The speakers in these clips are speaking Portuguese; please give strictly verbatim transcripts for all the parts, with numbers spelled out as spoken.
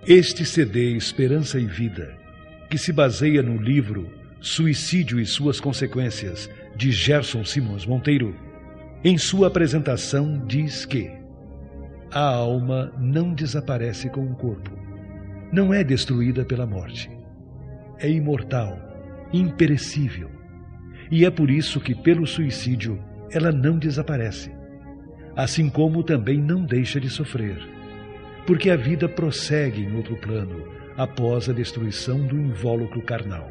Este C D Esperança e Vida, que se baseia no livro Suicídio e Suas Consequências, de Gerson Simões Monteiro, em sua apresentação diz que a alma não desaparece com o corpo, não é destruída pela morte. É imortal, imperecível, e é por isso que pelo suicídio ela não desaparece, assim como também não deixa de sofrer, porque a vida prossegue em outro plano após a destruição do invólucro carnal.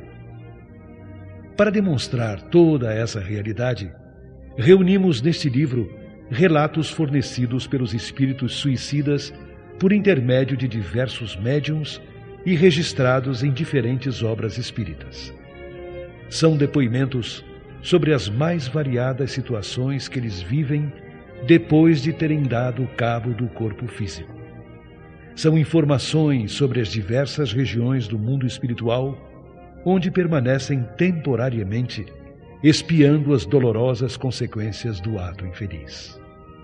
Para demonstrar toda essa realidade, reunimos neste livro relatos fornecidos pelos espíritos suicidas por intermédio de diversos médiuns e registrados em diferentes obras espíritas. São depoimentos sobre as mais variadas situações que eles vivem depois de terem dado cabo do corpo físico. São informações sobre as diversas regiões do mundo espiritual onde permanecem temporariamente espiando as dolorosas consequências do ato infeliz.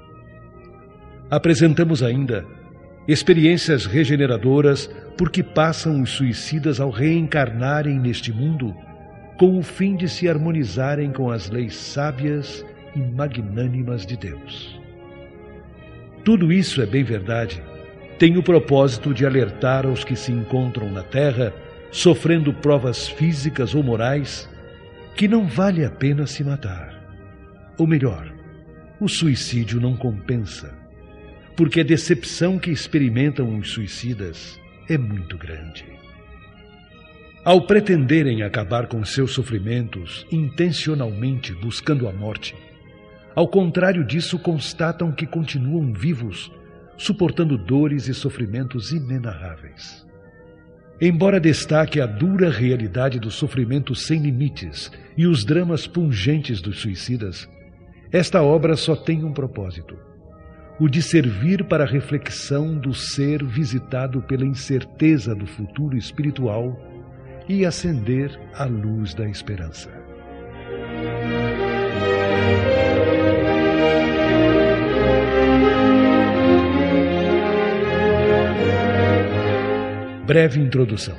Apresentamos ainda experiências regeneradoras porque passam os suicidas ao reencarnarem neste mundo com o fim de se harmonizarem com as leis sábias e magnânimas de Deus. Tudo isso é bem verdade, tem o propósito de alertar aos que se encontram na Terra sofrendo provas físicas ou morais que não vale a pena se matar. Ou melhor, o suicídio não compensa, porque a decepção que experimentam os suicidas é muito grande. Ao pretenderem acabar com seus sofrimentos intencionalmente buscando a morte, ao contrário disso constatam que continuam vivos, suportando dores e sofrimentos inenarráveis. Embora destaque a dura realidade do sofrimento sem limites e os dramas pungentes dos suicidas, esta obra só tem um propósito: o de servir para a reflexão do ser visitado pela incerteza do futuro espiritual e acender a luz da esperança. Breve introdução.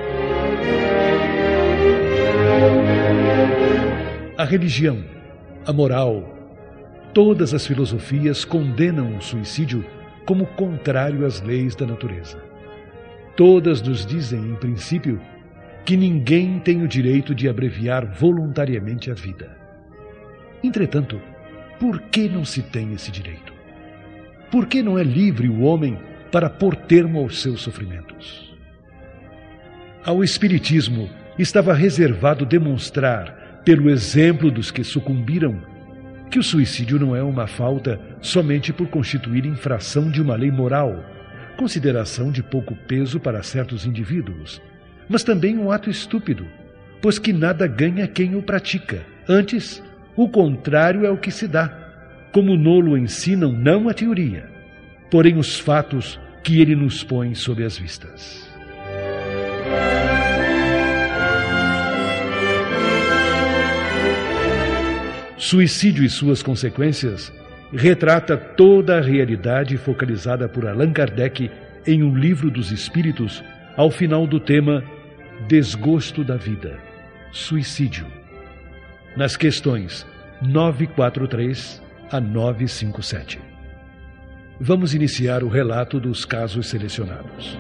A religião, a moral, todas as filosofias condenam o suicídio como contrário às leis da natureza. Todas nos dizem, em princípio, que ninguém tem o direito de abreviar voluntariamente a vida. Entretanto, por que não se tem esse direito? Por que não é livre o homem para pôr termo aos seus sofrimentos? Ao Espiritismo estava reservado demonstrar, pelo exemplo dos que sucumbiram, que o suicídio não é uma falta somente por constituir infração de uma lei moral, consideração de pouco peso para certos indivíduos, mas também um ato estúpido, pois que nada ganha quem o pratica. Antes, o contrário é o que se dá, como nolo ensinam não a teoria, porém os fatos que ele nos põe sob as vistas. Suicídio e Suas Consequências retrata toda a realidade focalizada por Allan Kardec em O Livro dos Espíritos, ao final do tema Desgosto da Vida, Suicídio, nas questões novecentos e quarenta e três a novecentos e cinquenta e sete. Vamos iniciar o relato dos casos selecionados.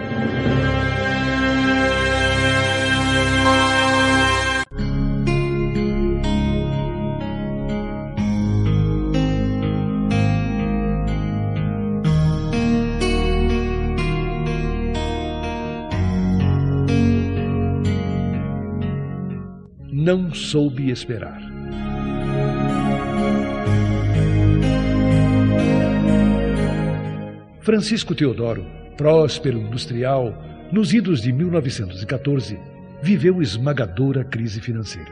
Não soube esperar. Francisco Teodoro, próspero industrial, nos idos de mil novecentos e quatorze, viveu esmagadora crise financeira.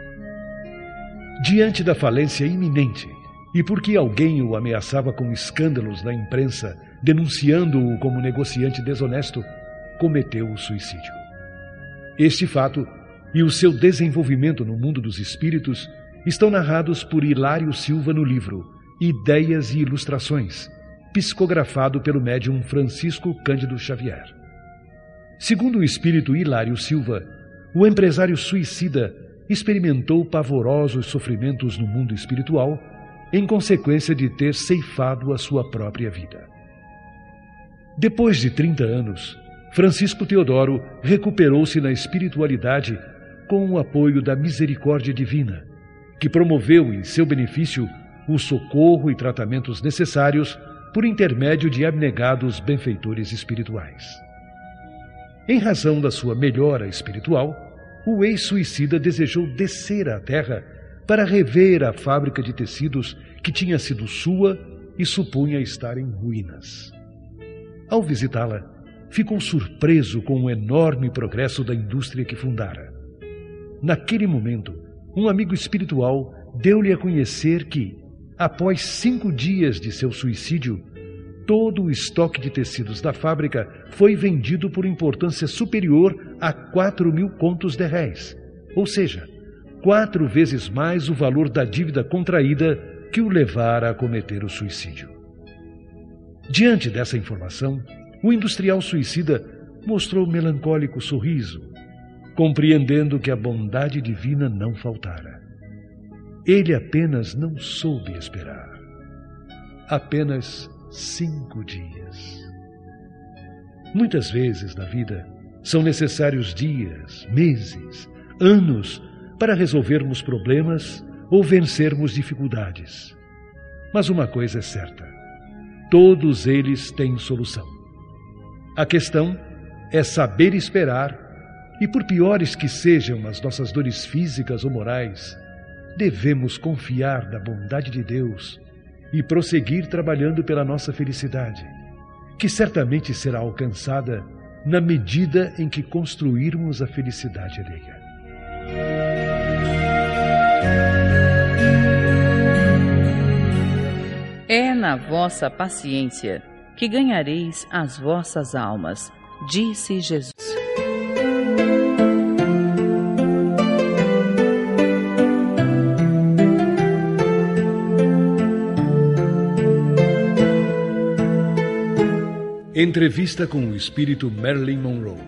Diante da falência iminente, e porque alguém o ameaçava com escândalos na imprensa, denunciando-o como negociante desonesto, cometeu o suicídio. Este fato e o seu desenvolvimento no mundo dos espíritos estão narrados por Hilário Silva no livro Ideias e Ilustrações, psicografado pelo médium Francisco Cândido Xavier. Segundo o espírito Hilário Silva, o empresário suicida experimentou pavorosos sofrimentos no mundo espiritual em consequência de ter ceifado a sua própria vida. Depois de trinta anos, Francisco Teodoro recuperou-se na espiritualidade com o apoio da misericórdia divina, que promoveu em seu benefício o socorro e tratamentos necessários por intermédio de abnegados benfeitores espirituais. Em razão da sua melhora espiritual, o ex-suicida desejou descer à terra para rever a fábrica de tecidos que tinha sido sua e supunha estar em ruínas. Ao visitá-la, ficou surpreso com o enorme progresso da indústria que fundara. Naquele momento, um amigo espiritual deu-lhe a conhecer que, após cinco dias de seu suicídio, todo o estoque de tecidos da fábrica foi vendido por importância superior a quatro mil contos de réis, ou seja, quatro vezes mais o valor da dívida contraída que o levara a cometer o suicídio. Diante dessa informação, o industrial suicida mostrou melancólico sorriso, compreendendo que a bondade divina não faltara. Ele apenas não soube esperar. Apenas cinco dias. Muitas vezes na vida são necessários dias, meses, anos para resolvermos problemas ou vencermos dificuldades. Mas uma coisa é certa: todos eles têm solução. A questão é saber esperar e, por piores que sejam as nossas dores físicas ou morais, devemos confiar na bondade de Deus e prosseguir trabalhando pela nossa felicidade, que certamente será alcançada na medida em que construirmos a felicidade alheia. É na vossa paciência que ganhareis as vossas almas, disse Jesus. Entrevista com o espírito Marilyn Monroe.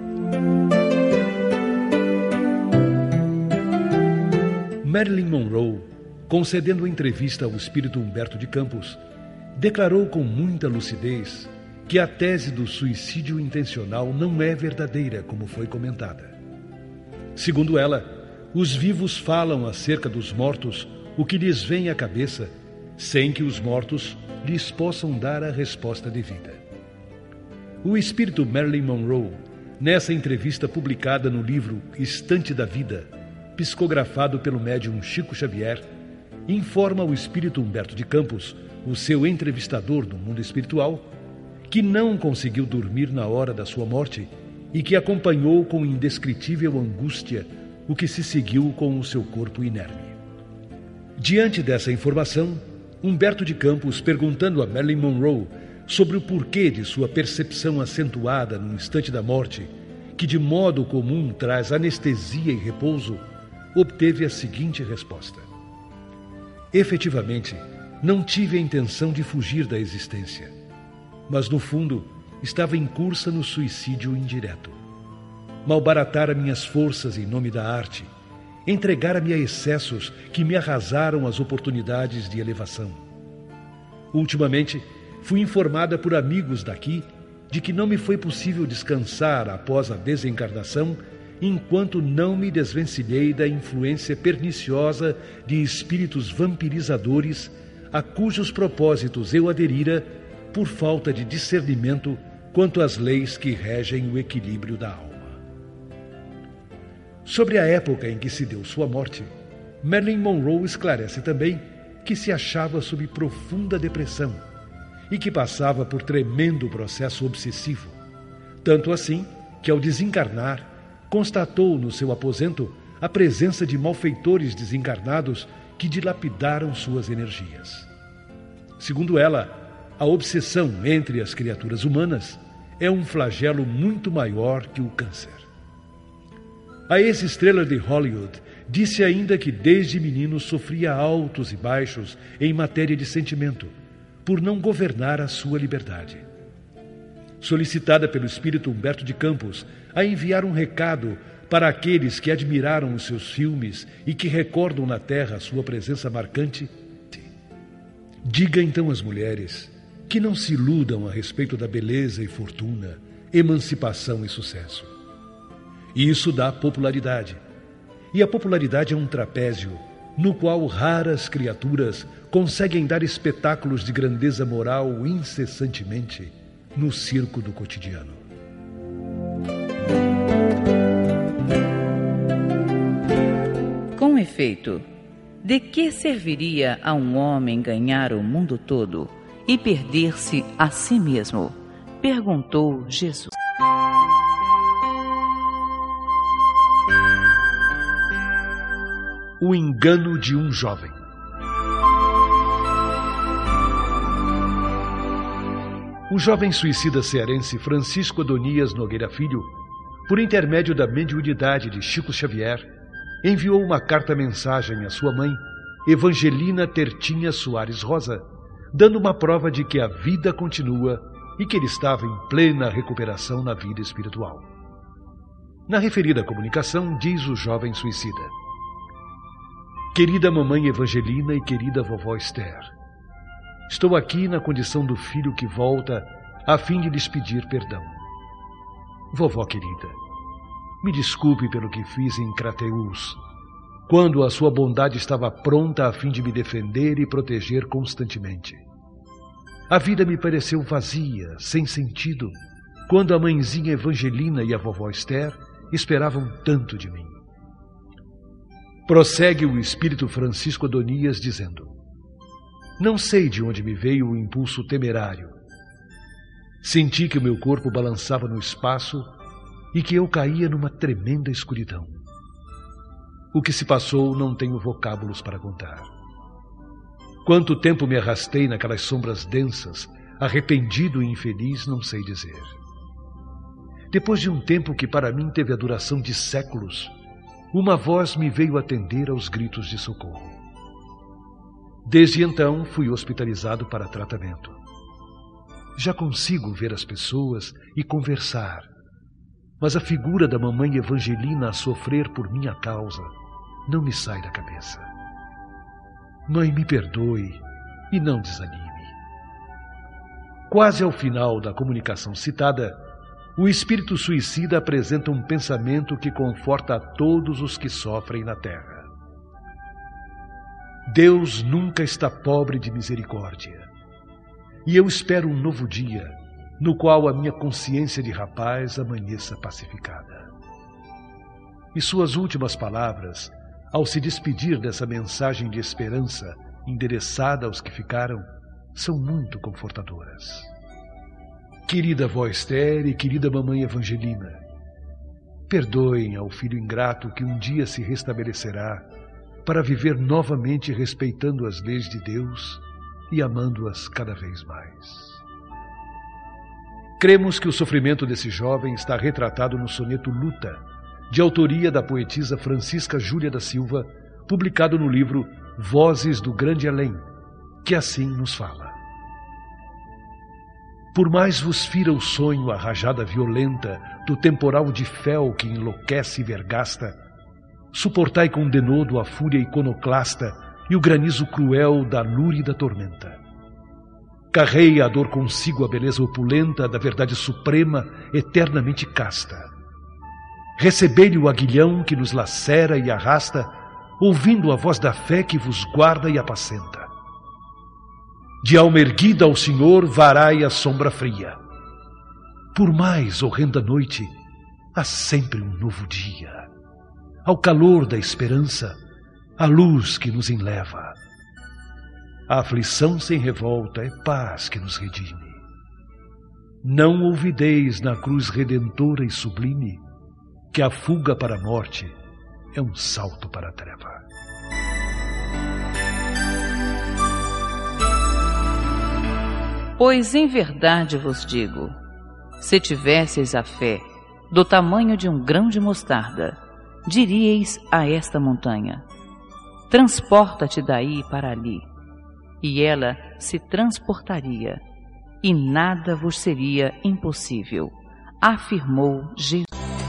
Marilyn Monroe, concedendo entrevista ao espírito Humberto de Campos, declarou com muita lucidez que a tese do suicídio intencional não é verdadeira, como foi comentada. Segundo ela, os vivos falam acerca dos mortos o que lhes vem à cabeça, sem que os mortos lhes possam dar a resposta devida. O espírito Marilyn Monroe, nessa entrevista publicada no livro Estante da Vida, psicografado pelo médium Chico Xavier, informa o espírito Humberto de Campos, o seu entrevistador no mundo espiritual, que não conseguiu dormir na hora da sua morte e que acompanhou com indescritível angústia o que se seguiu com o seu corpo inerme. Diante dessa informação, Humberto de Campos, perguntando a Marilyn Monroe sobre o porquê de sua percepção acentuada no instante da morte, que de modo comum traz anestesia e repouso, obteve a seguinte resposta: efetivamente, não tive a intenção de fugir da existência, mas no fundo estava incursa no suicídio indireto. Malbaratara minhas forças em nome da arte, entregara-me a excessos que me arrasaram as oportunidades de elevação. Ultimamente, fui informada por amigos daqui de que não me foi possível descansar após a desencarnação enquanto não me desvencilhei da influência perniciosa de espíritos vampirizadores a cujos propósitos eu aderira por falta de discernimento quanto às leis que regem o equilíbrio da alma. Sobre a época em que se deu sua morte, Marilyn Monroe esclarece também que se achava sob profunda depressão e que passava por tremendo processo obsessivo, tanto assim que, ao desencarnar, constatou no seu aposento a presença de malfeitores desencarnados que dilapidaram suas energias. Segundo ela, a obsessão entre as criaturas humanas é um flagelo muito maior que o câncer. A ex-estrela de Hollywood disse ainda que desde menino sofria altos e baixos em matéria de sentimento, por não governar a sua liberdade. solicitada pelo espírito Humberto de Campos a enviar um recado para aqueles que admiraram os seus filmes e que recordam na Terra sua presença marcante, diga então às mulheres que não se iludam a respeito da beleza e fortuna, emancipação e sucesso. Isso dá popularidade. E a popularidade é um trapézio no qual raras criaturas conseguem dar espetáculos de grandeza moral incessantemente no circo do cotidiano. Com efeito, de que serviria a um homem ganhar o mundo todo e perder-se a si mesmo? Perguntou Jesus. O engano de um jovem. O jovem suicida cearense Francisco Adonias Nogueira Filho, por intermédio da mediunidade de Chico Xavier, enviou uma carta-mensagem à sua mãe, Evangelina Tertinha Soares Rosa, dando uma prova de que a vida continua e que ele estava em plena recuperação na vida espiritual. Na referida comunicação, diz o jovem suicida: Querida mamãe Evangelina e querida vovó Esther, estou aqui na condição do filho que volta a fim de lhes pedir perdão. Vovó querida, me desculpe pelo que fiz em Crateús, quando a sua bondade estava pronta a fim de me defender e proteger constantemente. A vida me pareceu vazia, sem sentido, quando a mãezinha Evangelina e a vovó Esther esperavam tanto de mim. Prossegue o espírito Francisco Adonias dizendo: Não sei de onde me veio o impulso temerário. Senti que o meu corpo balançava no espaço e que eu caía numa tremenda escuridão. O que se passou não tenho vocábulos para contar. Quanto tempo me arrastei naquelas sombras densas, arrependido e infeliz, não sei dizer. Depois de um tempo que para mim teve a duração de séculos, uma voz me veio atender aos gritos de socorro. Desde então fui hospitalizado para tratamento. Já consigo ver as pessoas e conversar, mas a figura da mamãe Evangelina a sofrer por minha causa não me sai da cabeça. Mãe, me perdoe e não desanime. Quase ao final da comunicação citada, o espírito suicida apresenta um pensamento que conforta a todos os que sofrem na terra. Deus nunca está pobre de misericórdia, e eu espero um novo dia, no qual a minha consciência de rapaz amanheça pacificada. E suas últimas palavras, ao se despedir dessa mensagem de esperança endereçada aos que ficaram, são muito confortadoras. Querida vó Esther e querida mamãe Evangelina, perdoem ao filho ingrato que um dia se restabelecerá para viver novamente respeitando as leis de Deus e amando-as cada vez mais. Cremos que o sofrimento desse jovem está retratado no soneto Luta, de autoria da poetisa Francisca Júlia da Silva, publicado no livro Vozes do Grande Além, que assim nos fala. Por mais vos fira o sonho a rajada violenta do temporal de fel que enlouquece e vergasta, suportai com denodo a fúria iconoclasta e o granizo cruel da lúrida tormenta. Carreia a dor consigo a beleza opulenta da verdade suprema, eternamente casta. Recebei-lhe o aguilhão que nos lacera e arrasta, ouvindo a voz da fé que vos guarda e apacenta. De alma erguida ao Senhor varai a sombra fria. Por mais horrenda noite, há sempre um novo dia. Ao calor da esperança, a luz que nos enleva. A aflição sem revolta é paz que nos redime. Não ouvideis na cruz redentora e sublime que a fuga para a morte é um salto para a treva. Pois em verdade vos digo, se tivesseis a fé do tamanho de um grão de mostarda, diríeis a esta montanha: transporta-te daí para ali, e ela se transportaria, e nada vos seria impossível, afirmou Jesus.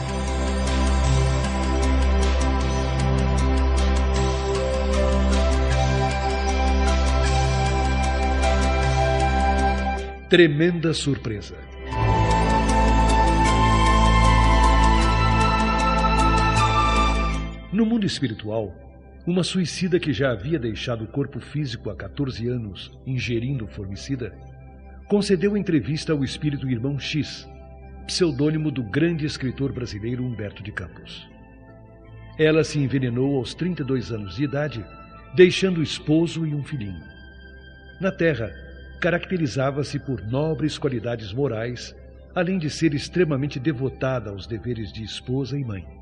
Tremenda surpresa. No mundo espiritual, uma suicida que já havia deixado o corpo físico há quatorze anos ingerindo formicida, concedeu entrevista ao espírito Irmão X, pseudônimo do grande escritor brasileiro Humberto de Campos. Ela se envenenou aos trinta e dois anos de idade, deixando o esposo e um filhinho. Na Terra, caracterizava-se por nobres qualidades morais, além de ser extremamente devotada aos deveres de esposa e mãe.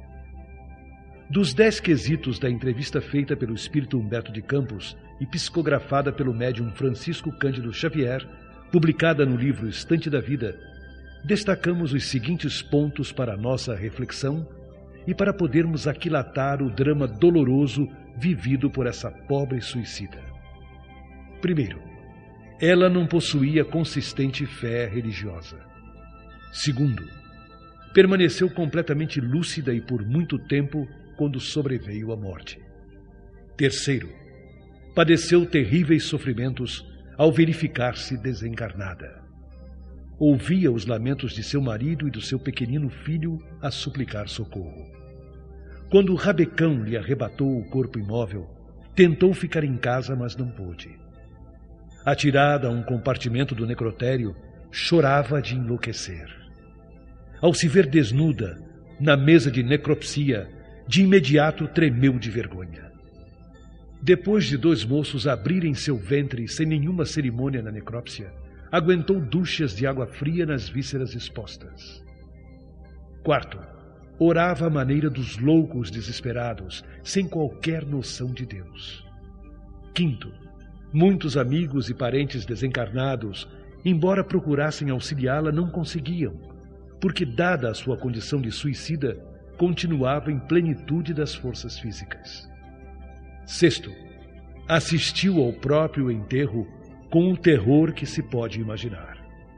Dos dez quesitos da entrevista feita pelo espírito Humberto de Campos e psicografada pelo médium Francisco Cândido Xavier, publicada no livro Estante da Vida, destacamos os seguintes pontos para a nossa reflexão e para podermos aquilatar o drama doloroso vivido por essa pobre suicida. Primeiro, ela não possuía consistente fé religiosa. Segundo, permaneceu completamente lúcida e por muito tempo quando sobreveio a morte. Terceiro, padeceu terríveis sofrimentos ao verificar-se desencarnada. Ouvia os lamentos de seu marido e do seu pequenino filho a suplicar socorro. Quando o rabecão lhe arrebatou o corpo imóvel, tentou ficar em casa, mas não pôde. Atirada a um compartimento do necrotério, chorava de enlouquecer. Ao se ver desnuda, na mesa de necropsia, de imediato tremeu de vergonha. Depois de dois moços abrirem seu ventre sem nenhuma cerimônia na necrópsia, aguentou duchas de água fria nas vísceras expostas. Quarto, orava à maneira dos loucos desesperados, sem qualquer noção de Deus. Quinto, muitos amigos e parentes desencarnados, embora procurassem auxiliá-la, não conseguiam, porque, dada a sua condição de suicida, continuava em plenitude das forças físicas. Sexto, assistiu ao próprio enterro com o terror que se pode imaginar.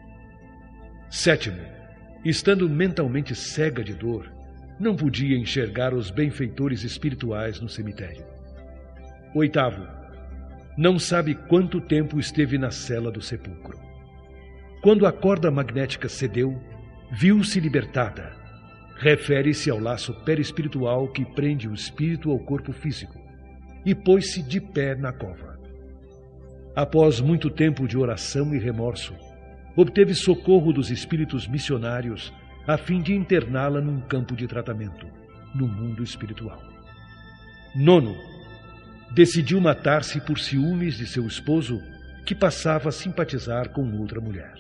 Sétimo, estando mentalmente cega de dor, não podia enxergar os benfeitores espirituais no cemitério. Oitavo, não sabe quanto tempo esteve na cela do sepulcro. Quando a corda magnética cedeu, viu-se libertada. Refere-se ao laço perispiritual que prende o espírito ao corpo físico, e pôs-se de pé na cova. Após muito tempo de oração e remorso, obteve socorro dos espíritos missionários a fim de interná-la num campo de tratamento, no mundo espiritual. Nono, decidiu matar-se por ciúmes de seu esposo, que passava a simpatizar com outra mulher.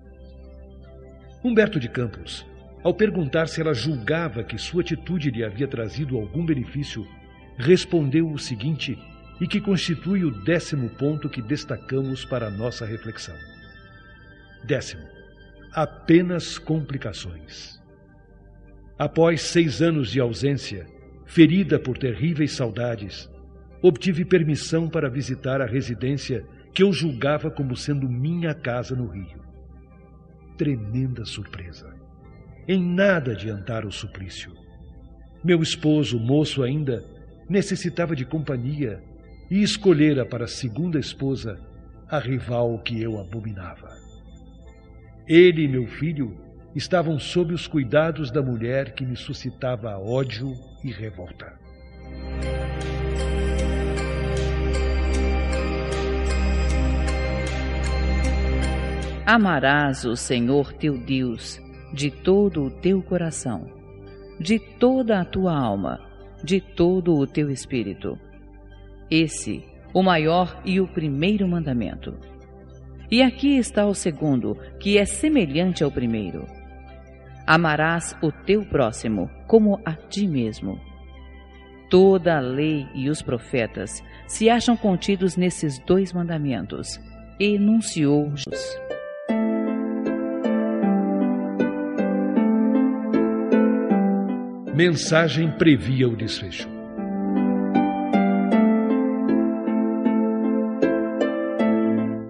Humberto de Campos, ao perguntar se ela julgava que sua atitude lhe havia trazido algum benefício, respondeu o seguinte, e que constitui o décimo ponto que destacamos para a nossa reflexão. Décimo, apenas complicações. Após seis anos de ausência, ferida por terríveis saudades, obtive permissão para visitar a residência que eu julgava como sendo minha casa no Rio. Tremenda surpresa. Em nada adiantara o suplício. Meu esposo, moço ainda, necessitava de companhia e escolhera para segunda esposa a rival que eu abominava. Ele e meu filho estavam sob os cuidados da mulher que me suscitava ódio e revolta. Amarás o Senhor teu Deus de todo o teu coração, de toda a tua alma, de todo o teu espírito. Esse, o maior e o primeiro mandamento. E aqui está o segundo, que é semelhante ao primeiro. Amarás o teu próximo como a ti mesmo. Toda a lei e os profetas se acham contidos nesses dois mandamentos, enunciou Jesus. Mensagem previa o desfecho.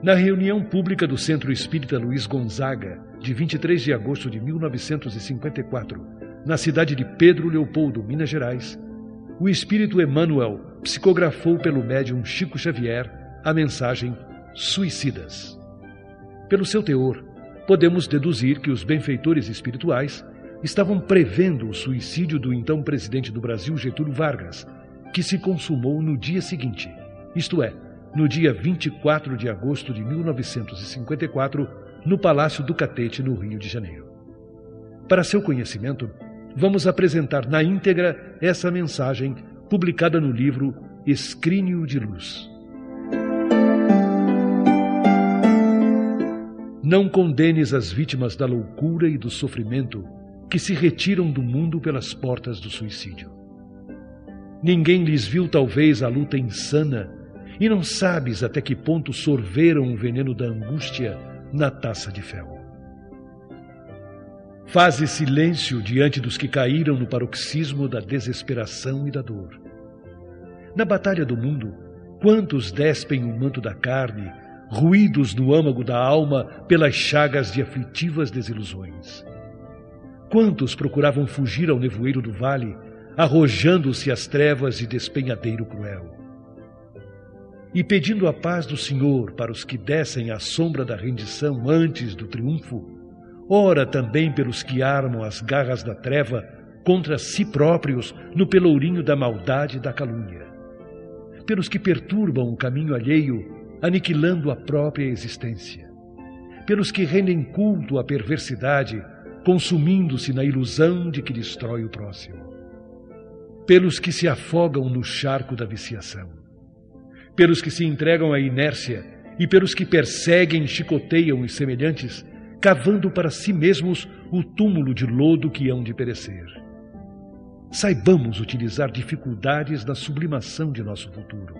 Na reunião pública do Centro Espírita Luiz Gonzaga, de vinte e três de agosto de mil novecentos e cinquenta e quatro, na cidade de Pedro Leopoldo, Minas Gerais, o espírito Emmanuel psicografou pelo médium Chico Xavier a mensagem Suicidas. Pelo seu teor, podemos deduzir que os benfeitores espirituais estavam prevendo o suicídio do então presidente do Brasil, Getúlio Vargas, que se consumou no dia seguinte, isto é, no dia vinte e quatro de agosto de mil novecentos e cinquenta e quatro, no Palácio do Catete, no Rio de Janeiro. Para seu conhecimento, vamos apresentar na íntegra essa mensagem publicada no livro Escrínio de Luz. Não condenes as vítimas da loucura e do sofrimento que se retiram do mundo pelas portas do suicídio. Ninguém lhes viu talvez a luta insana e não sabes até que ponto sorveram o veneno da angústia na taça de fel. Faze silêncio diante dos que caíram no paroxismo da desesperação e da dor. Na batalha do mundo, quantos despem o manto da carne, ruídos no âmago da alma pelas chagas de aflitivas desilusões? Quantos procuravam fugir ao nevoeiro do vale, arrojando-se às trevas de despenhadeiro cruel? E pedindo a paz do Senhor para os que descem à sombra da rendição antes do triunfo, ora também pelos que armam as garras da treva contra si próprios no pelourinho da maldade e da calúnia, pelos que perturbam o caminho alheio, aniquilando a própria existência, pelos que rendem culto à perversidade, consumindo-se na ilusão de que destrói o próximo, pelos que se afogam no charco da viciação, pelos que se entregam à inércia e pelos que perseguem e chicoteiam os semelhantes, cavando para si mesmos o túmulo de lodo que hão de perecer. Saibamos utilizar dificuldades na sublimação de nosso futuro.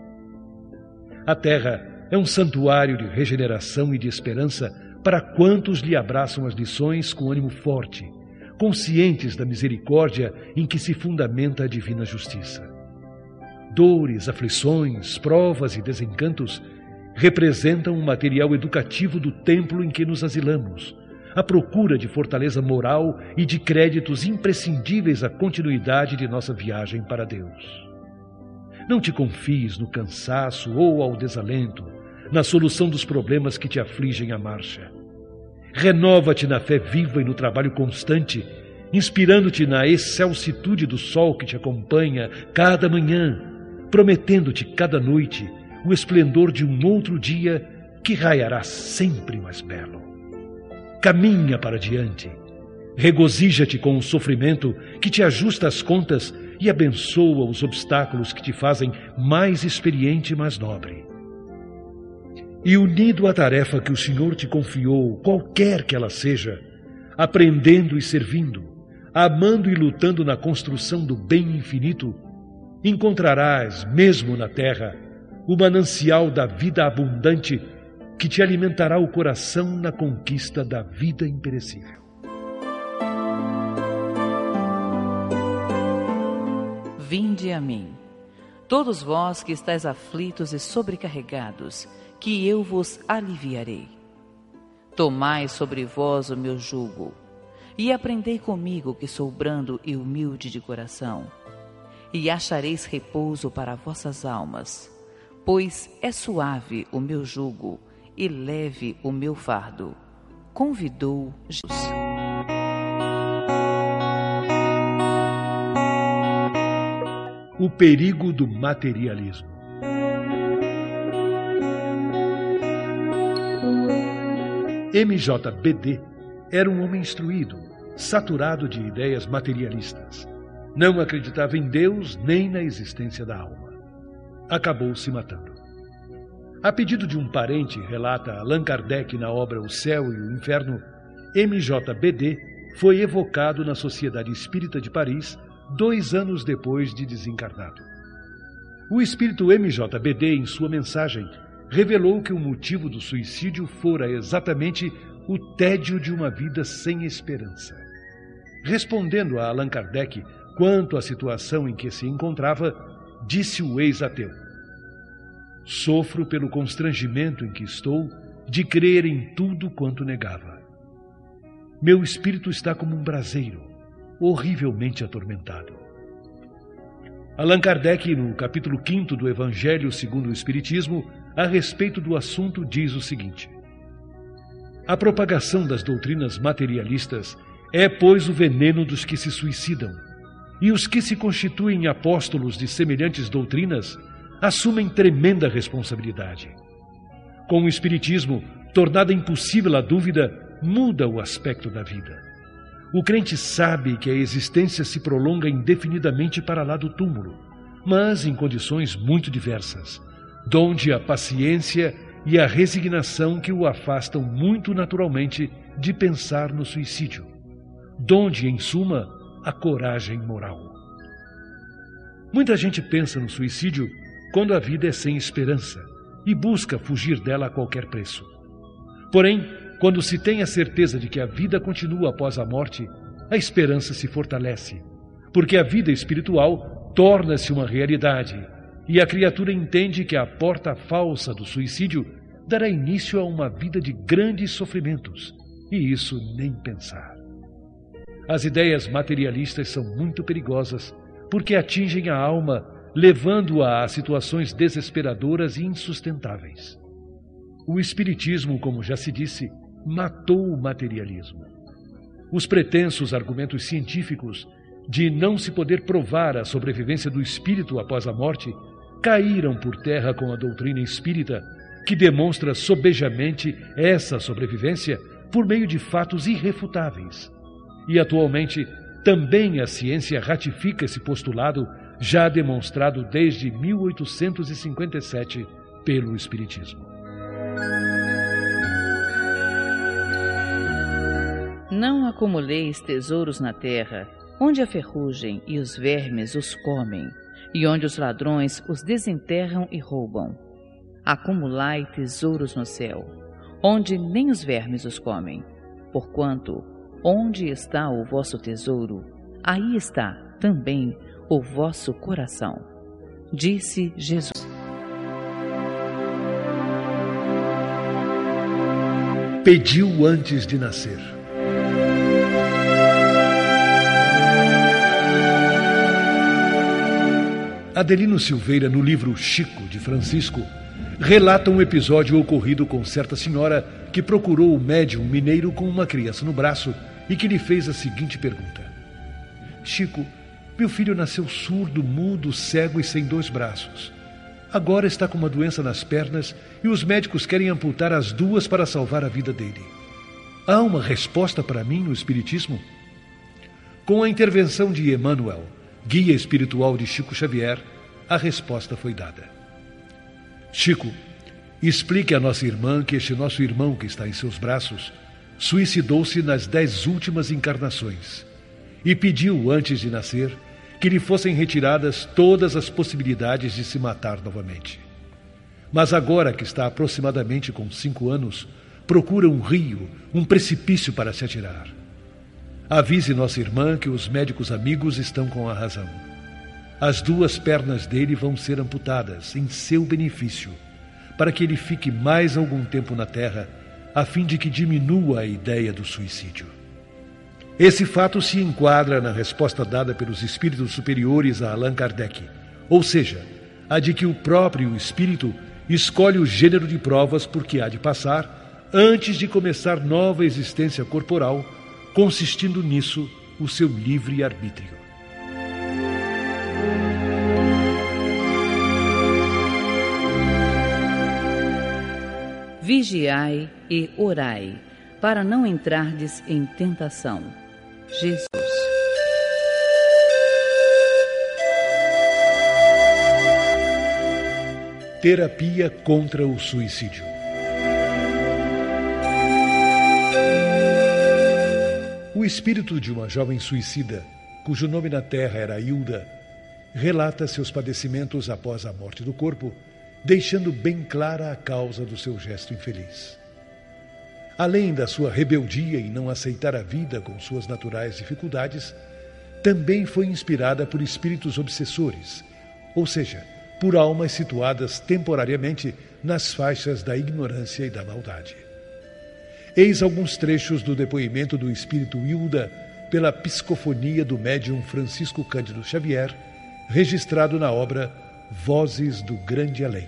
A terra é um santuário de regeneração e de esperança para quantos lhe abraçam as lições com ânimo forte, conscientes da misericórdia em que se fundamenta a divina justiça. Dores, aflições, provas e desencantos representam um material educativo do templo em que nos asilamos, à procura de fortaleza moral e de créditos imprescindíveis à continuidade de nossa viagem para Deus. Não te confies no cansaço ou ao desalento, na solução dos problemas que te afligem à marcha. Renova-te na fé viva e no trabalho constante, inspirando-te na excelsitude do sol que te acompanha cada manhã, prometendo-te cada noite o esplendor de um outro dia que raiará sempre mais belo. Caminha para diante, regozija-te com o sofrimento que te ajusta as contas e abençoa os obstáculos que te fazem mais experiente e mais nobre. E unido à tarefa que o Senhor te confiou, qualquer que ela seja, aprendendo e servindo, amando e lutando na construção do bem infinito, encontrarás, mesmo na terra, o manancial da vida abundante que te alimentará o coração na conquista da vida imperecível. Vinde a mim, todos vós que estáis aflitos e sobrecarregados, que eu vos aliviarei. Tomai sobre vós o meu jugo, e aprendei comigo, que sou brando e humilde de coração, e achareis repouso para vossas almas, pois é suave o meu jugo e leve o meu fardo. Convidou Jesus. O perigo do materialismo. M J B D era um homem instruído, saturado de ideias materialistas. Não acreditava em Deus nem na existência da alma. Acabou se matando. A pedido de um parente, relata Allan Kardec na obra O Céu e o Inferno, M J B D foi evocado na Sociedade Espírita de Paris dois anos depois de desencarnado. O espírito M J B D, em sua mensagem, revelou que o motivo do suicídio fora exatamente o tédio de uma vida sem esperança. Respondendo a Allan Kardec quanto à situação em que se encontrava, disse o ex-ateu: sofro pelo constrangimento em que estou de crer em tudo quanto negava. Meu espírito está como um braseiro, horrivelmente atormentado. Allan Kardec, no capítulo quinto do Evangelho segundo o Espiritismo, a respeito do assunto, diz o seguinte: a propagação das doutrinas materialistas é, pois, o veneno dos que se suicidam, e os que se constituem apóstolos de semelhantes doutrinas assumem tremenda responsabilidade. Com o Espiritismo, tornada impossível a dúvida, muda o aspecto da vida. O crente sabe que a existência se prolonga indefinidamente para lá do túmulo, mas em condições muito diversas, donde a paciência e a resignação que o afastam muito naturalmente de pensar no suicídio, donde, em suma, a coragem moral. Muita gente pensa no suicídio quando a vida é sem esperança e busca fugir dela a qualquer preço. Porém, quando se tem a certeza de que a vida continua após a morte, a esperança se fortalece, porque a vida espiritual torna-se uma realidade e a criatura entende que a porta falsa do suicídio dará início a uma vida de grandes sofrimentos, e isso nem pensar. As ideias materialistas são muito perigosas porque atingem a alma, levando-a a situações desesperadoras e insustentáveis. O Espiritismo, como já se disse, matou o materialismo. Os pretensos argumentos científicos de não se poder provar a sobrevivência do espírito após a morte caíram por terra com a doutrina espírita, que demonstra sobejamente essa sobrevivência por meio de fatos irrefutáveis. E atualmente também a ciência ratifica esse postulado já demonstrado desde mil oitocentos e cinquenta e sete pelo Espiritismo. Não acumuleis tesouros na terra, onde a ferrugem e os vermes os comem, e onde os ladrões os desenterram e roubam. Acumulai tesouros no céu, onde nem os vermes os comem, porquanto, onde está o vosso tesouro, aí está também o vosso coração. Disse Jesus. Pediu antes de nascer. Adelino Silveira, no livro Chico, de Francisco, relata um episódio ocorrido com certa senhora que procurou o médium mineiro com uma criança no braço e que lhe fez a seguinte pergunta: Chico, meu filho nasceu surdo, mudo, cego e sem dois braços. Agora está com uma doença nas pernas e os médicos querem amputar as duas para salvar a vida dele. Há uma resposta para mim no Espiritismo? Com a intervenção de Emmanuel, guia espiritual de Chico Xavier, a resposta foi dada. Chico, explique à nossa irmã que este nosso irmão que está em seus braços suicidou-se nas dez últimas encarnações e pediu, antes de nascer, que lhe fossem retiradas todas as possibilidades de se matar novamente. Mas agora que está aproximadamente com cinco anos, procura um rio, um precipício para se atirar. Avise nossa irmã que os médicos amigos estão com a razão. As duas pernas dele vão ser amputadas em seu benefício, para que ele fique mais algum tempo na terra, a fim de que diminua a ideia do suicídio. Esse fato se enquadra na resposta dada pelos espíritos superiores a Allan Kardec, ou seja, a de que o próprio espírito escolhe o gênero de provas por que há de passar antes de começar nova existência corporal, consistindo nisso o seu livre arbítrio. Vigiai e orai, para não entrardes em tentação. Jesus. Terapia contra o suicídio. O espírito de uma jovem suicida, cujo nome na terra era Hilda, relata seus padecimentos após a morte do corpo, deixando bem clara a causa do seu gesto infeliz. Além da sua rebeldia em não aceitar a vida com suas naturais dificuldades, também foi inspirada por espíritos obsessores, ou seja, por almas situadas temporariamente nas faixas da ignorância e da maldade. Eis alguns trechos do depoimento do espírito Hilda pela psicofonia do médium Francisco Cândido Xavier, registrado na obra Vozes do Grande Além.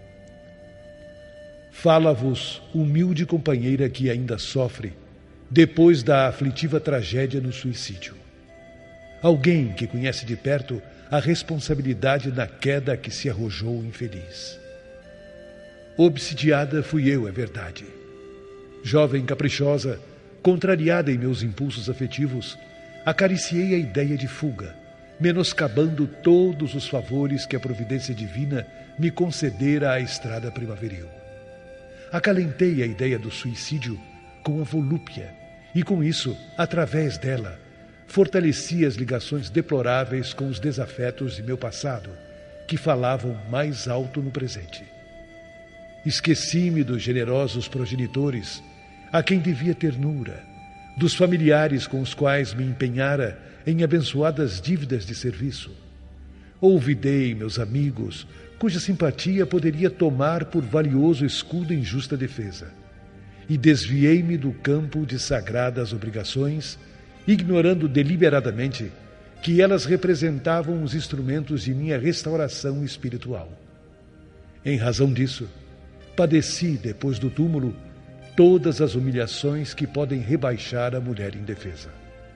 Fala-vos, humilde companheira que ainda sofre, depois da aflitiva tragédia no suicídio. Alguém que conhece de perto a responsabilidade na queda a que se arrojou o infeliz. Obsidiada fui eu, é verdade. Jovem caprichosa, contrariada em meus impulsos afetivos, acariciei a ideia de fuga, menoscabando todos os favores que a providência divina me concedera à estrada primaveril. Acalentei a ideia do suicídio com a volúpia e, com isso, através dela, fortaleci as ligações deploráveis com os desafetos de meu passado, que falavam mais alto no presente. Esqueci-me dos generosos progenitores, a quem devia ternura, dos familiares com os quais me empenhara em abençoadas dívidas de serviço. Olvidei meus amigos, cuja simpatia poderia tomar por valioso escudo em justa defesa, e desviei-me do campo de sagradas obrigações, ignorando deliberadamente que elas representavam os instrumentos de minha restauração espiritual. Em razão disso, padeci, depois do túmulo, todas as humilhações que podem rebaixar a mulher indefesa.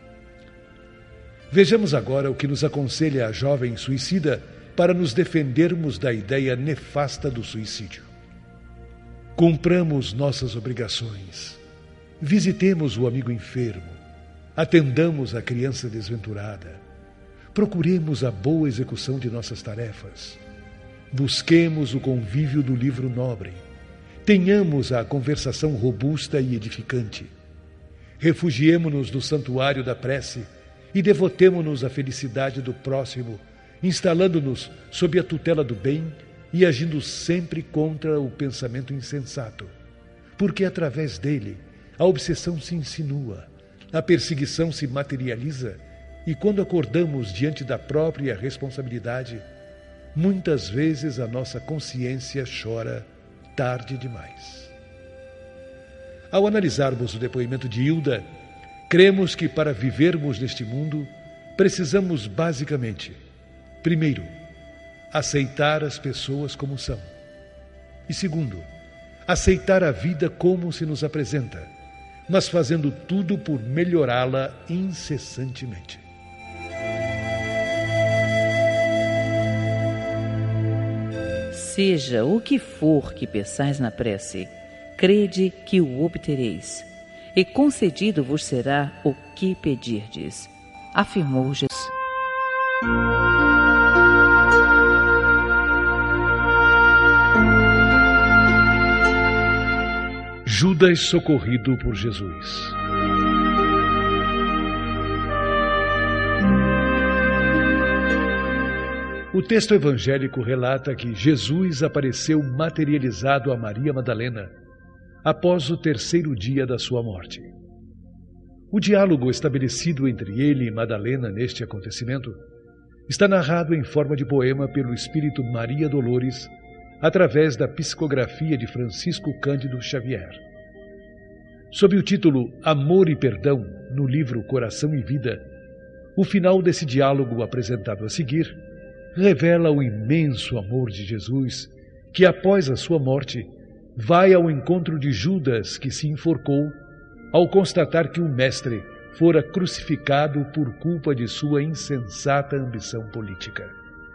Vejamos agora o que nos aconselha a jovem suicida para nos defendermos da ideia nefasta do suicídio. Cumpramos nossas obrigações, visitemos o amigo enfermo, atendamos a criança desventurada, procuremos a boa execução de nossas tarefas, busquemos o convívio do livro nobre, tenhamos a conversação robusta e edificante, refugiemo-nos no santuário da prece e devotemo-nos à felicidade do próximo, instalando-nos sob a tutela do bem e agindo sempre contra o pensamento insensato, porque através dele a obsessão se insinua, a perseguição se materializa e, quando acordamos diante da própria responsabilidade, muitas vezes a nossa consciência chora tarde demais. Ao analisarmos o depoimento de Hilda, cremos que para vivermos neste mundo precisamos basicamente, primeiro, aceitar as pessoas como são. E segundo, aceitar a vida como se nos apresenta, mas fazendo tudo por melhorá-la incessantemente. Seja o que for que peçais na prece, crede que o obtereis, e concedido vos será o que pedirdes, afirmou Jesus. Judas socorrido por Jesus. O texto evangélico relata que Jesus apareceu materializado a Maria Madalena após o terceiro dia da sua morte. O diálogo estabelecido entre ele e Madalena neste acontecimento está narrado em forma de poema pelo espírito Maria Dolores, através da psicografia de Francisco Cândido Xavier. Sob o título Amor e Perdão, no livro Coração e Vida, o final desse diálogo apresentado a seguir revela o imenso amor de Jesus, que após a sua morte vai ao encontro de Judas, que se enforcou ao constatar que o Mestre fora crucificado por culpa de sua insensata ambição política.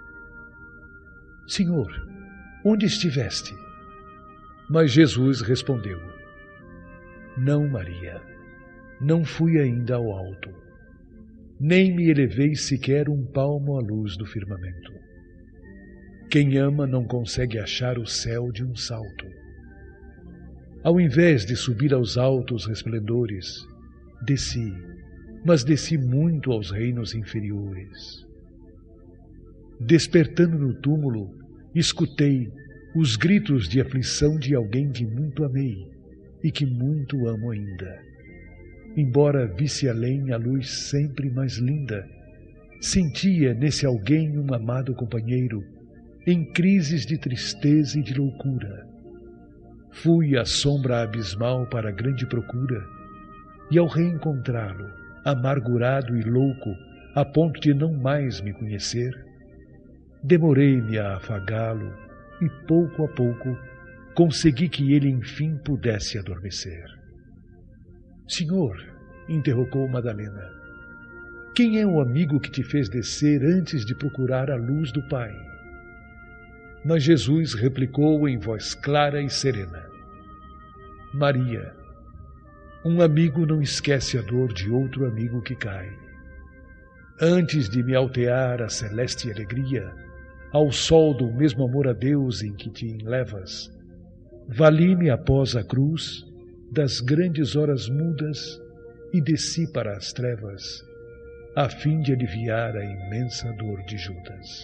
Senhor, onde estiveste? Mas Jesus respondeu: Não, Maria, não fui ainda ao alto, nem me elevei sequer um palmo à luz do firmamento. Quem ama não consegue achar o céu de um salto. Ao invés de subir aos altos resplendores, desci, mas desci muito aos reinos inferiores. Despertando no túmulo, escutei os gritos de aflição de alguém que muito amei e que muito amo ainda. Embora visse além a luz sempre mais linda, sentia nesse alguém um amado companheiro em crises de tristeza e de loucura. Fui à sombra abismal para a grande procura, e ao reencontrá-lo, amargurado e louco, a ponto de não mais me conhecer, demorei-me a afagá-lo e, pouco a pouco, consegui que ele enfim pudesse adormecer. Senhor, interrogou Madalena, quem é o amigo que te fez descer antes de procurar a luz do Pai? Mas Jesus replicou em voz clara e serena, Maria, um amigo não esquece a dor de outro amigo que cai. Antes de me altear a celeste alegria, ao sol do mesmo amor a Deus em que te enlevas, vali-me após a cruz das grandes horas mudas e desci para as trevas, a fim de aliviar a imensa dor de Judas.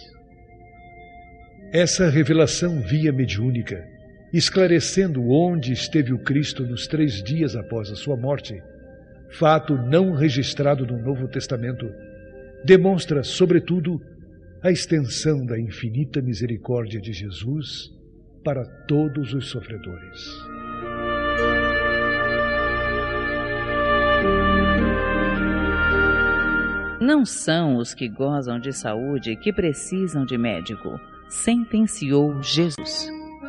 Essa revelação via mediúnica, esclarecendo onde esteve o Cristo nos três dias após a sua morte, fato não registrado no Novo Testamento, demonstra, sobretudo, a extensão da infinita misericórdia de Jesus para todos os sofredores. Não são os que gozam de saúde que precisam de médico, sentenciou Jesus.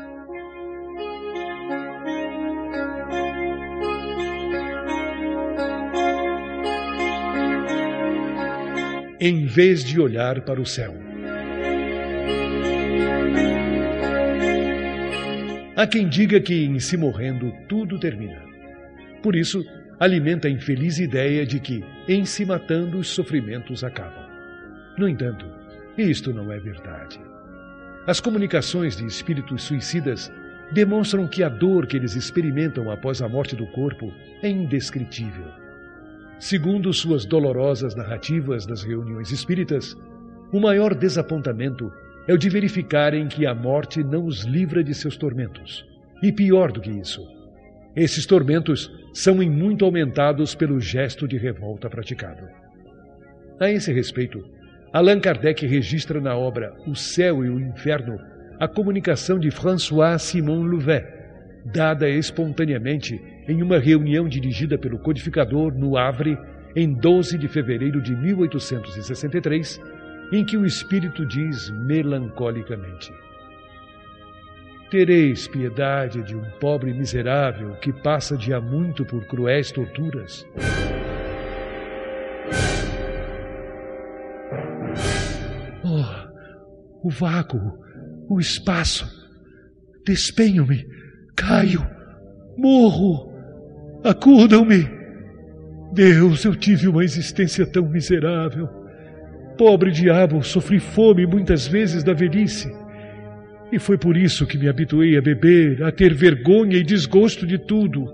Em vez de olhar para o céu. Há quem diga que, em se morrendo, tudo termina. Por isso, alimenta a infeliz ideia de que, em se matando, os sofrimentos acabam. No entanto, isto não é verdade. As comunicações de espíritos suicidas demonstram que a dor que eles experimentam após a morte do corpo é indescritível. Segundo suas dolorosas narrativas das reuniões espíritas, o maior desapontamento é o de verificarem que a morte não os livra de seus tormentos. E pior do que isso, esses tormentos são em muito aumentados pelo gesto de revolta praticado. A esse respeito, Allan Kardec registra na obra O Céu e o Inferno a comunicação de François-Simon Louvet, dada espontaneamente em uma reunião dirigida pelo codificador no Havre em doze de fevereiro de mil oitocentos e sessenta e três, em que o espírito diz melancolicamente: Tereis piedade de um pobre miserável que passa de há muito por cruéis torturas? Oh, o vácuo, o espaço, despenho-me, caio, morro, acudam-me. Deus, eu tive uma existência tão miserável. Pobre diabo, sofri fome muitas vezes da velhice. E foi por isso que me habituei a beber, a ter vergonha e desgosto de tudo.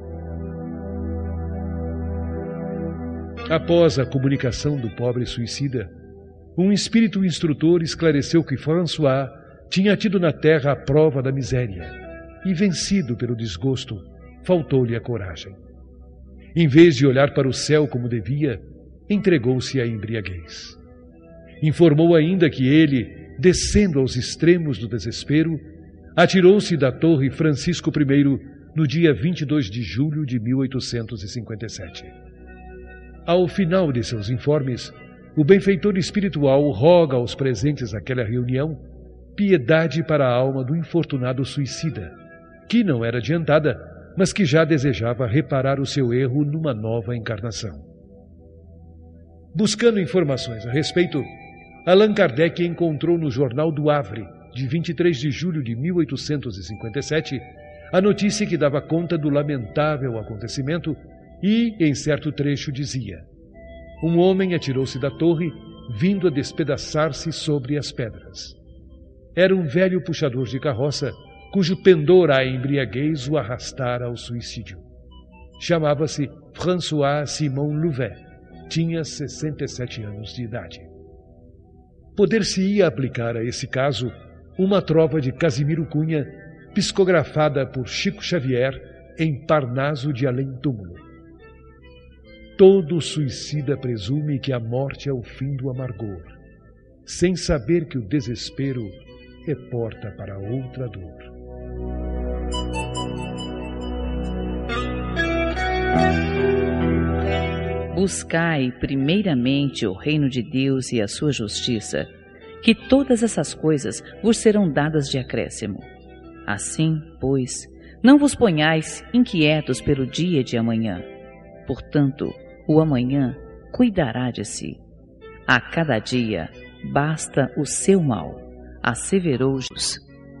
Após a comunicação do pobre suicida, um espírito instrutor esclareceu que François tinha tido na terra a prova da miséria e, vencido pelo desgosto, faltou-lhe a coragem. Em vez de olhar para o céu como devia, entregou-se à embriaguez. Informou ainda que ele, descendo aos extremos do desespero, atirou-se da Torre Francisco I no dia vinte e dois de julho de mil oitocentos e cinquenta e sete. Ao final de seus informes, o benfeitor espiritual roga aos presentes àquela reunião piedade para a alma do infortunado suicida, que não era adiantada, mas que já desejava reparar o seu erro numa nova encarnação. Buscando informações a respeito, Allan Kardec encontrou no Jornal do Havre, de vinte e três de julho de mil oitocentos e cinquenta e sete, a notícia que dava conta do lamentável acontecimento e, em certo trecho, dizia: um homem atirou-se da torre, vindo a despedaçar-se sobre as pedras. Era um velho puxador de carroça, cujo pendor à embriaguez o arrastara ao suicídio. Chamava-se François-Simon Louvet. Tinha sessenta e sete anos de idade. Poder-se-ia aplicar a esse caso uma trova de Casimiro Cunha, psicografada por Chico Xavier em Parnaso de Além-Túmulo. Todo suicida presume que a morte é o fim do amargor, sem saber que o desespero é porta para outra dor. Buscai primeiramente o reino de Deus e a sua justiça, que todas essas coisas vos serão dadas de acréscimo. Assim, pois, não vos ponhais inquietos pelo dia de amanhã. Portanto, o amanhã cuidará de si. A cada dia basta o seu mal, asseverou Jesus.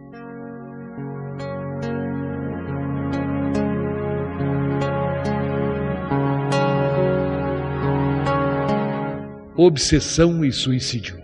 Obsessão e suicídio.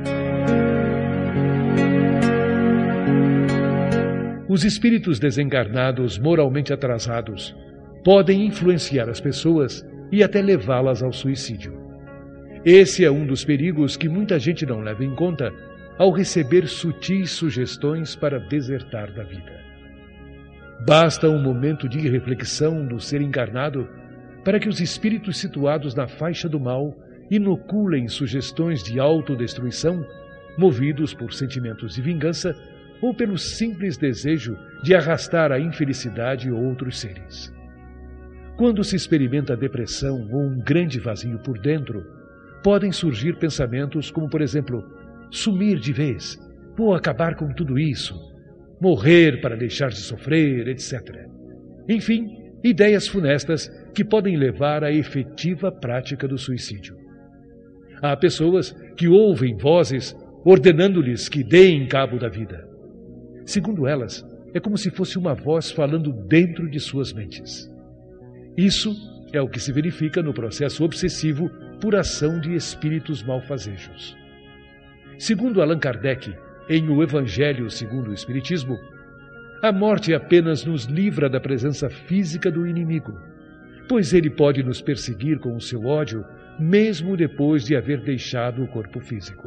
Os espíritos desencarnados moralmente atrasados podem influenciar as pessoas e até levá-las ao suicídio. Esse é um dos perigos que muita gente não leva em conta ao receber sutis sugestões para desertar da vida. Basta um momento de reflexão do ser encarnado para que os espíritos situados na faixa do mal inoculem sugestões de autodestruição, movidos por sentimentos de vingança ou pelo simples desejo de arrastar a infelicidade outros seres. Quando se experimenta depressão ou um grande vazio por dentro, podem surgir pensamentos como, por exemplo, sumir de vez, vou acabar com tudo isso, morrer para deixar de sofrer, etcétera. Enfim, ideias funestas que podem levar à efetiva prática do suicídio. Há pessoas que ouvem vozes ordenando-lhes que deem cabo da vida. Segundo elas, é como se fosse uma voz falando dentro de suas mentes. Isso é o que se verifica no processo obsessivo por ação de espíritos malfazejos. Segundo Allan Kardec, em O Evangelho segundo o Espiritismo, a morte apenas nos livra da presença física do inimigo, pois ele pode nos perseguir com o seu ódio mesmo depois de haver deixado o corpo físico.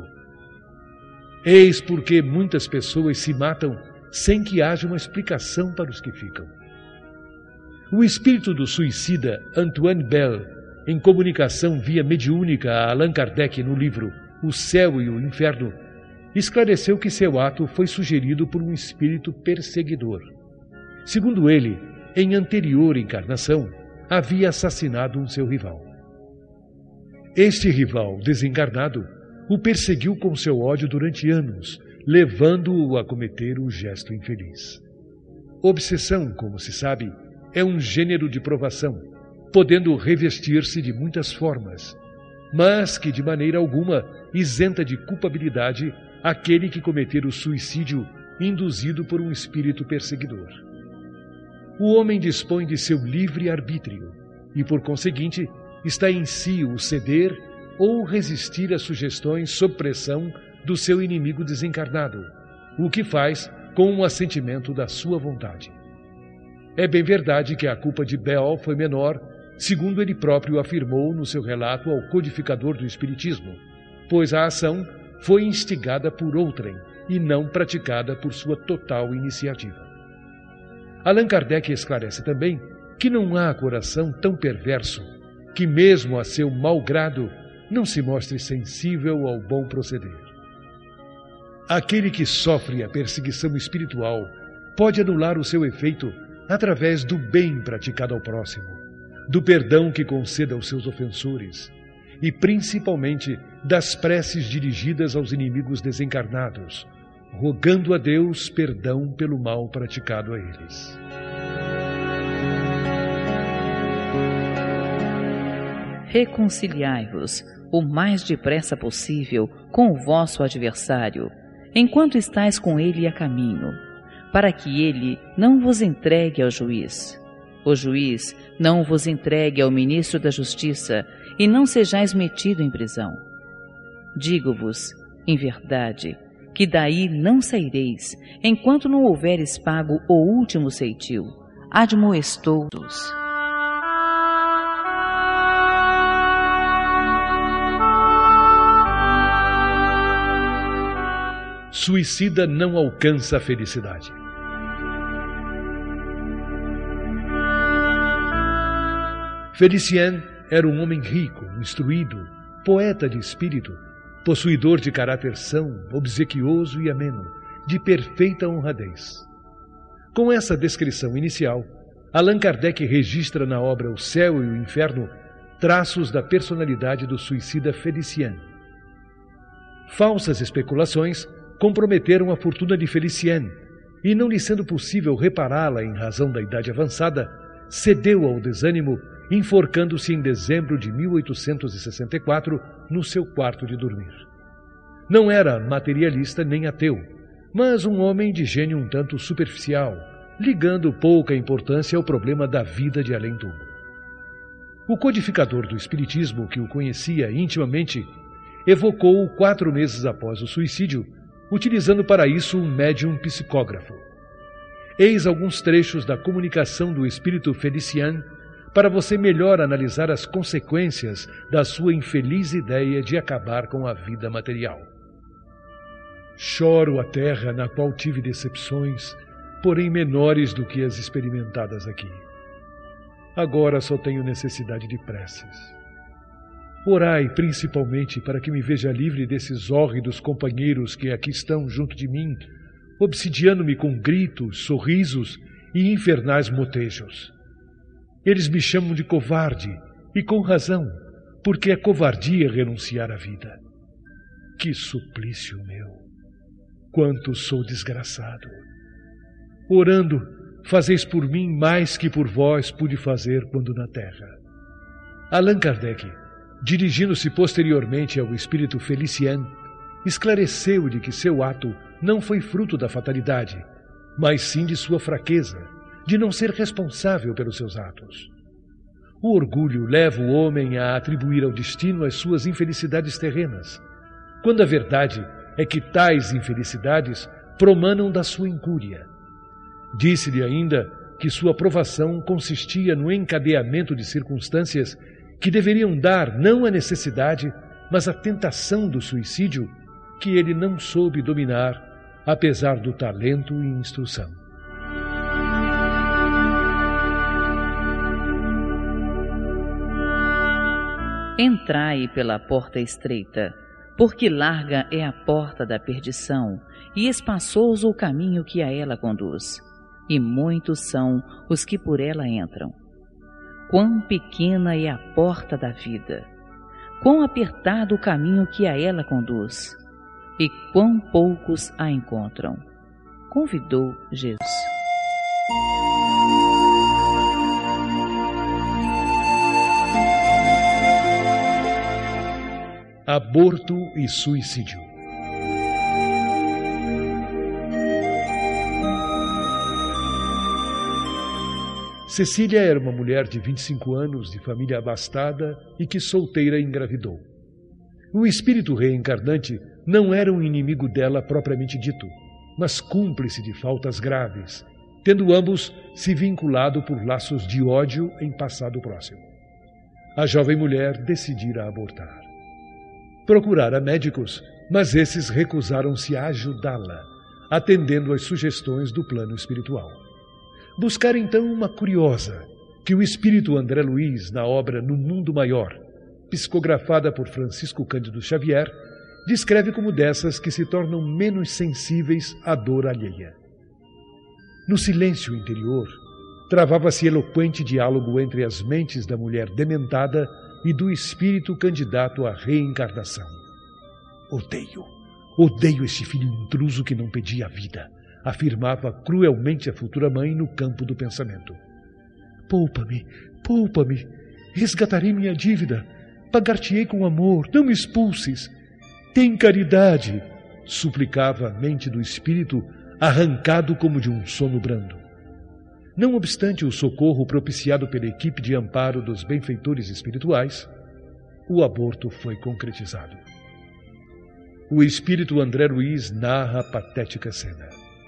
Eis porque muitas pessoas se matam sem que haja uma explicação para os que ficam. O espírito do suicida Antoine Bell, em comunicação via mediúnica a Allan Kardec no livro O Céu e o Inferno, esclareceu que seu ato foi sugerido por um espírito perseguidor. Segundo ele, em anterior encarnação, havia assassinado um seu rival. Este rival desencarnado o perseguiu com seu ódio durante anos, levando-o a cometer o gesto infeliz. Obsessão, como se sabe, é um gênero de provação, podendo revestir-se de muitas formas, mas que de maneira alguma isenta de culpabilidade aquele que cometer o suicídio induzido por um espírito perseguidor. O homem dispõe de seu livre arbítrio e, por conseguinte, está em si o ceder ou resistir às sugestões sob pressão do seu inimigo desencarnado, o que faz com o assentimento da sua vontade. É bem verdade que a culpa de Bell foi menor, segundo ele próprio afirmou no seu relato ao codificador do Espiritismo, pois a ação foi instigada por outrem e não praticada por sua total iniciativa. Allan Kardec esclarece também que não há coração tão perverso que, mesmo a seu mau grado, não se mostre sensível ao bom proceder. Aquele que sofre a perseguição espiritual pode anular o seu efeito através do bem praticado ao próximo, do perdão que conceda aos seus ofensores e, principalmente, das preces dirigidas aos inimigos desencarnados, rogando a Deus perdão pelo mal praticado a eles. Reconciliai-vos o mais depressa possível com o vosso adversário, enquanto estáis com ele a caminho, para que ele não vos entregue ao juiz. O juiz não vos entregue ao ministro da Justiça e não sejais metido em prisão. Digo-vos, em verdade, que daí não saireis, enquanto não houveres pago o último ceitil. Admoestou-os. Suicida não alcança a felicidade. Felicien era um homem rico, instruído, poeta de espírito, possuidor de caráter são, obsequioso e ameno, de perfeita honradez. Com essa descrição inicial, Allan Kardec registra na obra O Céu e o Inferno traços da personalidade do suicida Felicien. Falsas especulações comprometeram a fortuna de Felicien e, não lhe sendo possível repará-la em razão da idade avançada, cedeu ao desânimo, enforcando-se em dezembro de mil oitocentos e sessenta e quatro no seu quarto de dormir. Não era materialista nem ateu, mas um homem de gênio um tanto superficial, ligando pouca importância ao problema da vida de além-túmulo. O codificador do Espiritismo, que o conhecia intimamente, evocou-o quatro meses após o suicídio, utilizando para isso um médium psicógrafo. Eis alguns trechos da comunicação do espírito Felicien para você melhor analisar as consequências da sua infeliz ideia de acabar com a vida material. Choro a terra na qual tive decepções, porém menores do que as experimentadas aqui. Agora só tenho necessidade de preces. Orai principalmente para que me veja livre desses hórridos companheiros que aqui estão junto de mim, obsidiando-me com gritos, sorrisos e infernais motejos. Eles me chamam de covarde, e com razão, porque é covardia renunciar à vida. Que suplício meu! Quanto sou desgraçado! Orando, fazeis por mim mais que por vós pude fazer quando na terra. Allan Kardec, dirigindo-se posteriormente ao espírito Felicien, esclareceu-lhe que seu ato não foi fruto da fatalidade, mas sim de sua fraqueza, de não ser responsável pelos seus atos. O orgulho leva o homem a atribuir ao destino as suas infelicidades terrenas, quando a verdade é que tais infelicidades promanam da sua incúria. Disse-lhe ainda que sua provação consistia no encadeamento de circunstâncias que deveriam dar não a necessidade, mas a tentação do suicídio, que ele não soube dominar, apesar do talento e instrução. Entrai pela porta estreita, porque larga é a porta da perdição, e espaçoso o caminho que a ela conduz, e muitos são os que por ela entram. Quão pequena é a porta da vida, quão apertado o caminho que a ela conduz, e quão poucos a encontram. Convidou Jesus. Aborto e suicídio. Cecília era uma mulher de vinte e cinco anos, de família abastada e que solteira engravidou. O espírito reencarnante não era um inimigo dela propriamente dito, mas cúmplice de faltas graves, tendo ambos se vinculado por laços de ódio em passado próximo. A jovem mulher decidira abortar. Procurara médicos, mas esses recusaram-se a ajudá-la, atendendo às sugestões do plano espiritual. Buscar então uma curiosa, que o espírito André Luiz, na obra No Mundo Maior, psicografada por Francisco Cândido Xavier, descreve como dessas que se tornam menos sensíveis à dor alheia. No silêncio interior, travava-se eloquente diálogo entre as mentes da mulher dementada e do espírito candidato à reencarnação. Odeio, odeio este filho intruso que não pedia a vida, afirmava cruelmente a futura mãe no campo do pensamento. Poupa-me, poupa-me, resgatarei minha dívida, pagar-te-ei com amor, não me expulses. Tem caridade, suplicava a mente do espírito, arrancado como de um sono brando. Não obstante o socorro propiciado pela equipe de amparo dos benfeitores espirituais, o aborto foi concretizado. O espírito André Luiz narra a patética cena.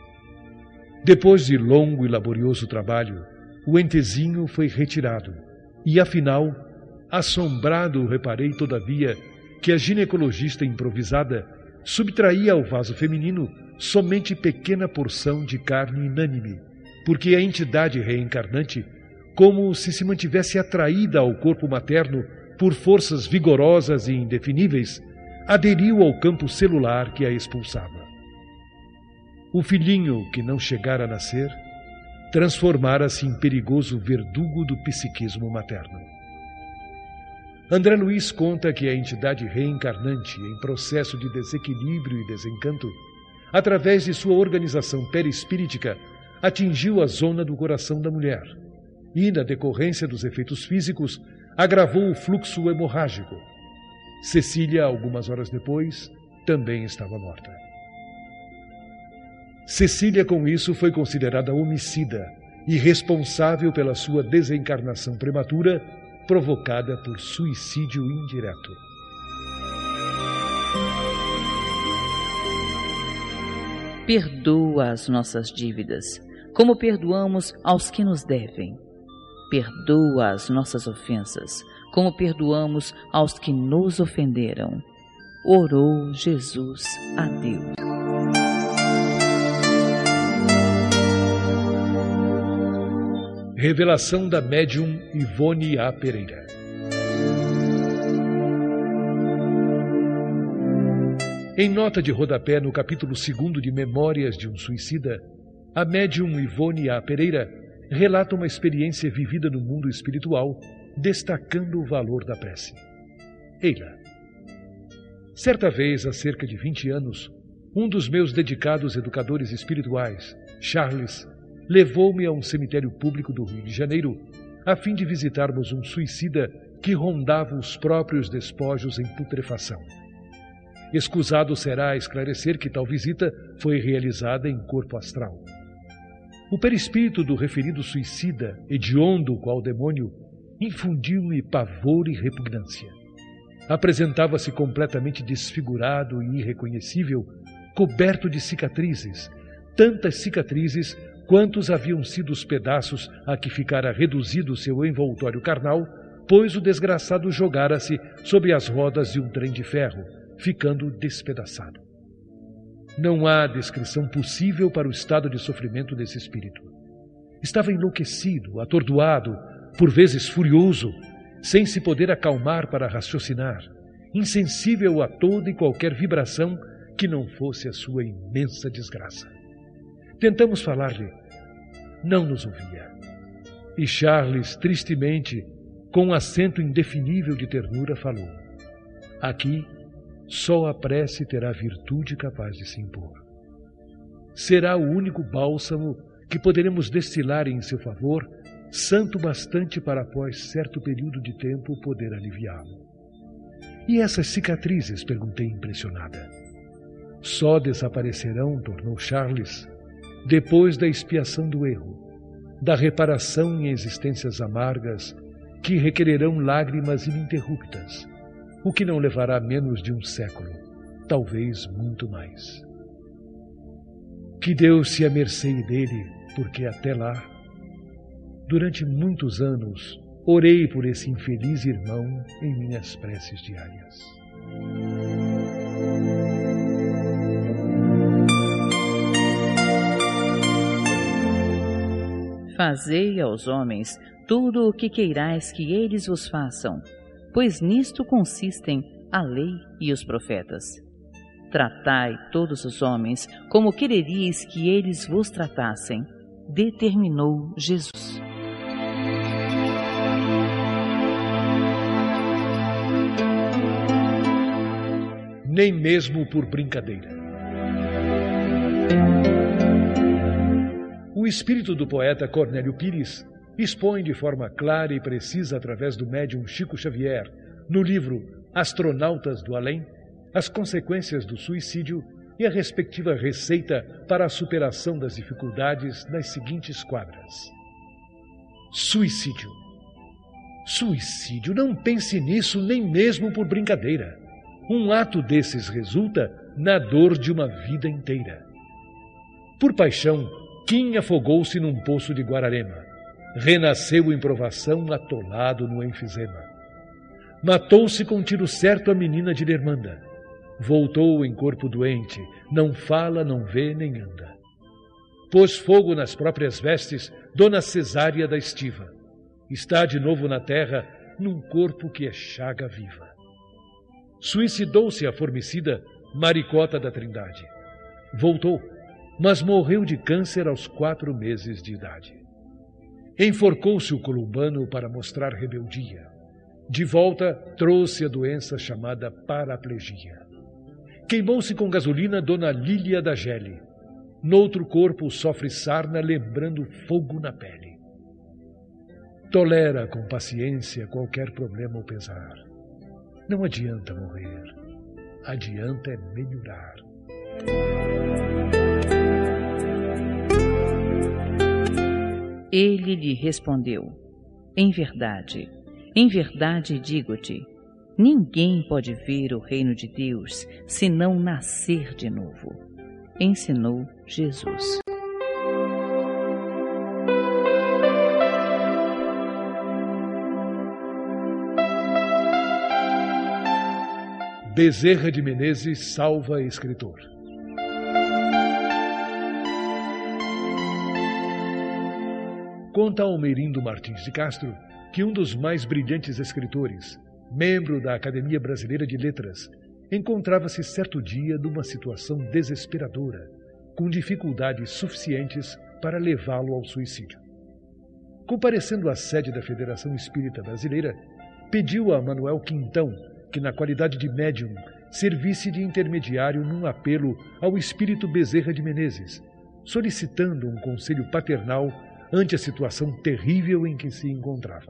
Depois de longo e laborioso trabalho, o entezinho foi retirado e, afinal, assombrado, reparei, todavia, que a ginecologista improvisada subtraía ao vaso feminino somente pequena porção de carne inânime, porque a entidade reencarnante, como se se mantivesse atraída ao corpo materno por forças vigorosas e indefiníveis, aderiu ao campo celular que a expulsava. o filhinho que não chegara a nascer transformara-se em perigoso verdugo do psiquismo materno. André Luiz conta que a entidade reencarnante, em processo de desequilíbrio e desencanto, através de sua organização perispírita, atingiu a zona do coração da mulher e, na decorrência dos efeitos físicos, agravou o fluxo hemorrágico. Cecília, algumas horas depois, também estava morta. Cecília, com isso, foi considerada homicida e responsável pela sua desencarnação prematura, provocada por suicídio indireto. Perdoa as nossas dívidas, como perdoamos aos que nos devem. Perdoa as nossas ofensas, como perdoamos aos que nos ofenderam. Orou Jesus a Deus. Revelação da médium Ivone A. Pereira. Em nota de rodapé no capítulo segundo de Memórias de um Suicida, a médium Ivone A. Pereira relata uma experiência vivida no mundo espiritual, destacando o valor da prece. Eila. Certa vez, há cerca de vinte anos, um dos meus dedicados educadores espirituais, Charles, levou-me a um cemitério público do Rio de Janeiro, a fim de visitarmos um suicida que rondava os próprios despojos em putrefação. Escusado será esclarecer que tal visita foi realizada em corpo astral. O perispírito do referido suicida, hediondo qual demônio, infundiu-me pavor e repugnância. Apresentava-se completamente desfigurado e irreconhecível, coberto de cicatrizes, tantas cicatrizes quantos haviam sido os pedaços a que ficara reduzido seu envoltório carnal, pois o desgraçado jogara-se sob as rodas de um trem de ferro, ficando despedaçado. Não há descrição possível para o estado de sofrimento desse espírito. Estava enlouquecido, atordoado, por vezes furioso, sem se poder acalmar para raciocinar, insensível a toda e qualquer vibração que não fosse a sua imensa desgraça. Tentamos falar-lhe. Não nos ouvia. E Charles, tristemente, com um acento indefinível de ternura, falou: aqui, só a prece terá virtude capaz de se impor. Será o único bálsamo que poderemos destilar em seu favor, santo bastante para, após certo período de tempo, poder aliviá-lo. E essas cicatrizes? Perguntei impressionada. Só desaparecerão, tornou Charles, depois da expiação do erro, da reparação em existências amargas que requererão lágrimas ininterruptas, o que não levará menos de um século, talvez muito mais. Que Deus se amercêe dele, porque até lá, durante muitos anos, orei por esse infeliz irmão em minhas preces diárias. Fazei aos homens tudo o que queirais que eles vos façam, pois nisto consistem a lei e os profetas. Tratai todos os homens como quereríeis que eles vos tratassem, determinou Jesus. Nem mesmo por brincadeira. O espírito do poeta Cornélio Pires expõe de forma clara e precisa, através do médium Chico Xavier, no livro Astronautas do Além, as consequências do suicídio e a respectiva receita para a superação das dificuldades nas seguintes quadras. Suicídio. Suicídio, não pense nisso nem mesmo por brincadeira. Um ato desses resulta na dor de uma vida inteira. Por paixão, Kim afogou-se num poço de Guararema. Renasceu em provação, atolado no enfisema. Matou-se com tiro certo a menina de Lermanda. Voltou em corpo doente, não fala, não vê, nem anda. Pôs fogo nas próprias vestes Dona Cesária da Estiva. Está de novo na terra, num corpo que é chaga viva. Suicidou-se a formicida Maricota da Trindade. Voltou, mas morreu de câncer aos quatro meses de idade. Enforcou-se o columbano para mostrar rebeldia. De volta, trouxe a doença chamada paraplegia. Queimou-se com gasolina Dona Lília da Gele. Noutro corpo sofre sarna, lembrando fogo na pele. Tolera com paciência qualquer problema ou pesar. Não adianta morrer, adianta é melhorar. Ele lhe respondeu: Em verdade, em verdade digo-te, ninguém pode ver o reino de Deus se não nascer de novo. Ensinou Jesus. Bezerra de Menezes salva escritor. Conta Almerindo Martins de Castro que um dos mais brilhantes escritores, membro da Academia Brasileira de Letras, encontrava-se certo dia numa situação desesperadora, com dificuldades suficientes para levá-lo ao suicídio. Comparecendo à sede da Federação Espírita Brasileira, pediu a Manuel Quintão que, na qualidade de médium, servisse de intermediário num apelo ao espírito Bezerra de Menezes, solicitando um conselho paternal ante a situação terrível em que se encontrava.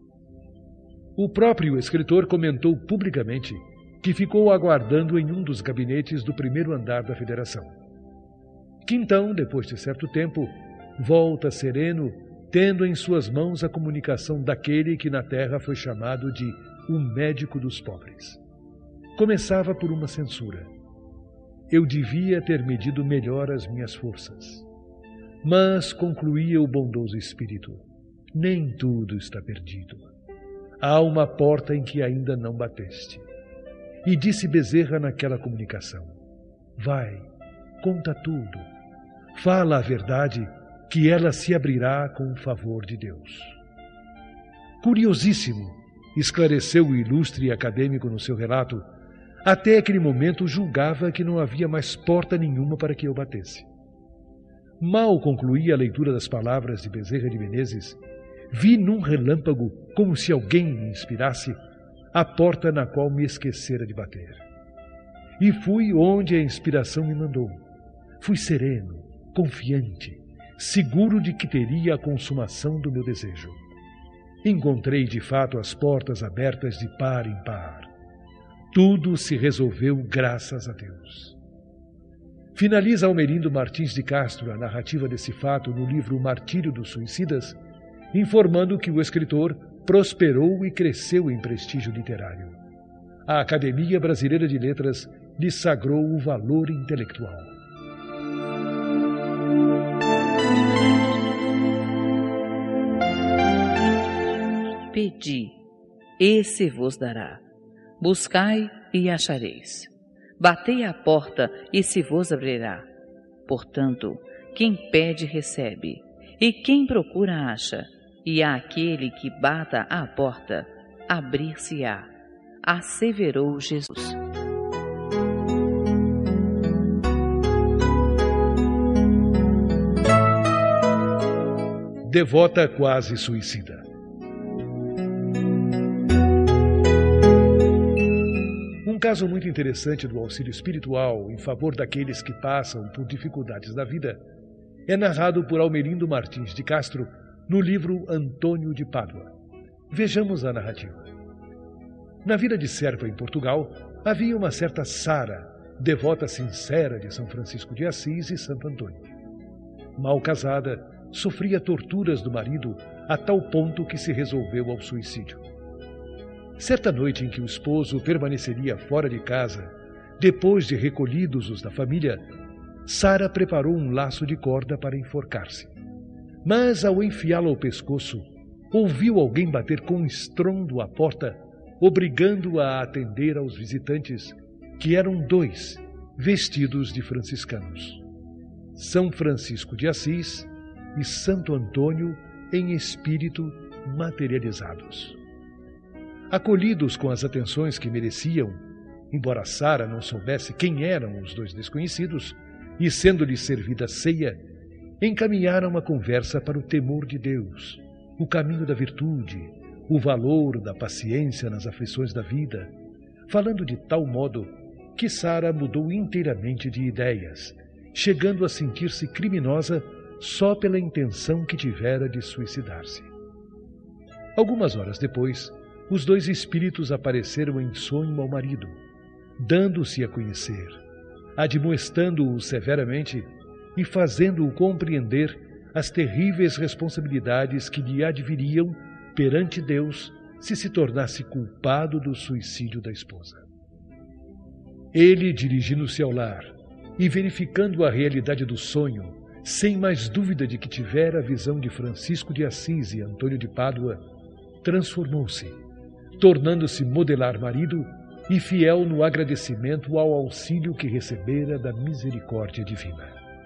O próprio escritor comentou publicamente que ficou aguardando em um dos gabinetes do primeiro andar da Federação. Quintão, depois de certo tempo, volta sereno, tendo em suas mãos a comunicação daquele que na terra foi chamado de o médico dos pobres. Começava por uma censura. Eu devia ter medido melhor as minhas forças. Mas, concluía o bondoso espírito, nem tudo está perdido. Há uma porta em que ainda não bateste. E disse Bezerra naquela comunicação: vai, conta tudo. Fala a verdade, que ela se abrirá com o favor de Deus. Curiosíssimo, esclareceu o ilustre acadêmico no seu relato, até aquele momento julgava que não havia mais porta nenhuma para que eu batesse. Mal concluí a leitura das palavras de Bezerra de Menezes, vi num relâmpago, como se alguém me inspirasse, a porta na qual me esquecera de bater. E fui onde a inspiração me mandou. Fui sereno, confiante, seguro de que teria a consumação do meu desejo. Encontrei de fato as portas abertas de par em par. Tudo se resolveu graças a Deus. Finaliza Almerindo Martins de Castro a narrativa desse fato no livro Martírio dos Suicidas, informando que o escritor prosperou e cresceu em prestígio literário. A Academia Brasileira de Letras lhe sagrou o valor intelectual. Pedi, e se vos dará. Buscai e achareis. Batei à porta e se vos abrirá. Portanto, quem pede recebe, e quem procura acha, e àquele que bata à porta, abrir-se-á, asseverou Jesus. Devota quase suicida. Um caso muito interessante do auxílio espiritual em favor daqueles que passam por dificuldades da vida é narrado por Almerindo Martins de Castro no livro Antônio de Pádua. Vejamos a narrativa. Na vila de Serpa, em Portugal, havia uma certa Sara, devota sincera de São Francisco de Assis e Santo Antônio. Mal casada, sofria torturas do marido a tal ponto que se resolveu ao suicídio. Certa noite em que o esposo permaneceria fora de casa, depois de recolhidos os da família, Sara preparou um laço de corda para enforcar-se. Mas, ao enfiá-lo ao pescoço, ouviu alguém bater com estrondo à porta, obrigando-a a atender aos visitantes, que eram dois, vestidos de franciscanos. São Francisco de Assis e Santo Antônio em espírito materializados. Acolhidos com as atenções que mereciam, embora Sara não soubesse quem eram os dois desconhecidos, e sendo-lhe servida a ceia, encaminharam uma conversa para o temor de Deus, o caminho da virtude, o valor da paciência nas aflições da vida, falando de tal modo que Sara mudou inteiramente de ideias, chegando a sentir-se criminosa só pela intenção que tivera de suicidar-se. Algumas horas depois, os dois espíritos apareceram em sonho ao marido, dando-se a conhecer, admoestando-o severamente e fazendo-o compreender as terríveis responsabilidades que lhe adviriam perante Deus se se tornasse culpado do suicídio da esposa. Ele, dirigindo-se ao lar e verificando a realidade do sonho, sem mais dúvida de que tivera a visão de Francisco de Assis e Antônio de Pádua, transformou-se, tornando-se modelar marido e fiel no agradecimento ao auxílio que recebera da misericórdia divina.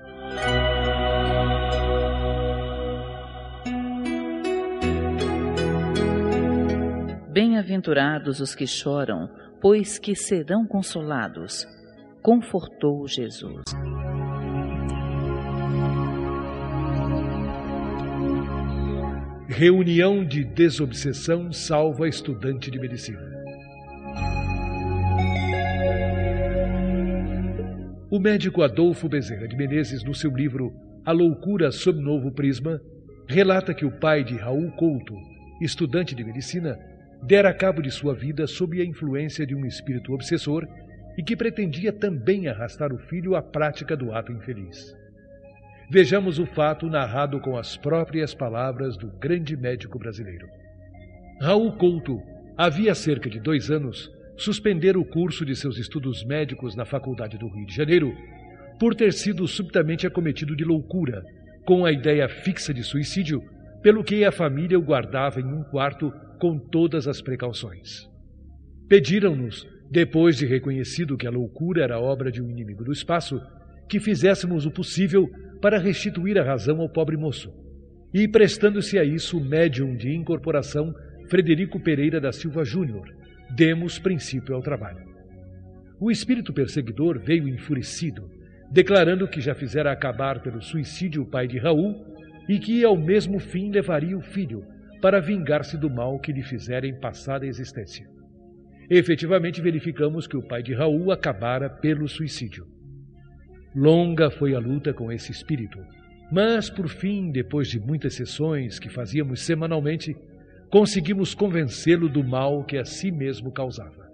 Bem-aventurados os que choram, pois que serão consolados. Confortou Jesus. Reunião de desobsessão salva estudante de medicina. O médico Adolfo Bezerra de Menezes, no seu livro A Loucura sob Novo Prisma, relata que o pai de Raul Couto, estudante de medicina, dera cabo de sua vida sob a influência de um espírito obsessor e que pretendia também arrastar o filho à prática do ato infeliz. Vejamos o fato narrado com as próprias palavras do grande médico brasileiro. Raul Couto havia cerca de dois anos suspendera o curso de seus estudos médicos na Faculdade do Rio de Janeiro por ter sido subitamente acometido de loucura, com a ideia fixa de suicídio, pelo que a família o guardava em um quarto com todas as precauções. Pediram-nos, depois de reconhecido que a loucura era obra de um inimigo do espaço, que fizéssemos o possível para restituir a razão ao pobre moço. E, prestando-se a isso, o médium de incorporação Frederico Pereira da Silva Júnior, demos princípio ao trabalho. O espírito perseguidor veio enfurecido, declarando que já fizera acabar pelo suicídio o pai de Raul e que ao mesmo fim levaria o filho para vingar-se do mal que lhe fizera em passada existência. Efetivamente verificamos que o pai de Raul acabara pelo suicídio. Longa foi a luta com esse espírito, mas por fim, depois de muitas sessões que fazíamos semanalmente, conseguimos convencê-lo do mal que a si mesmo causava.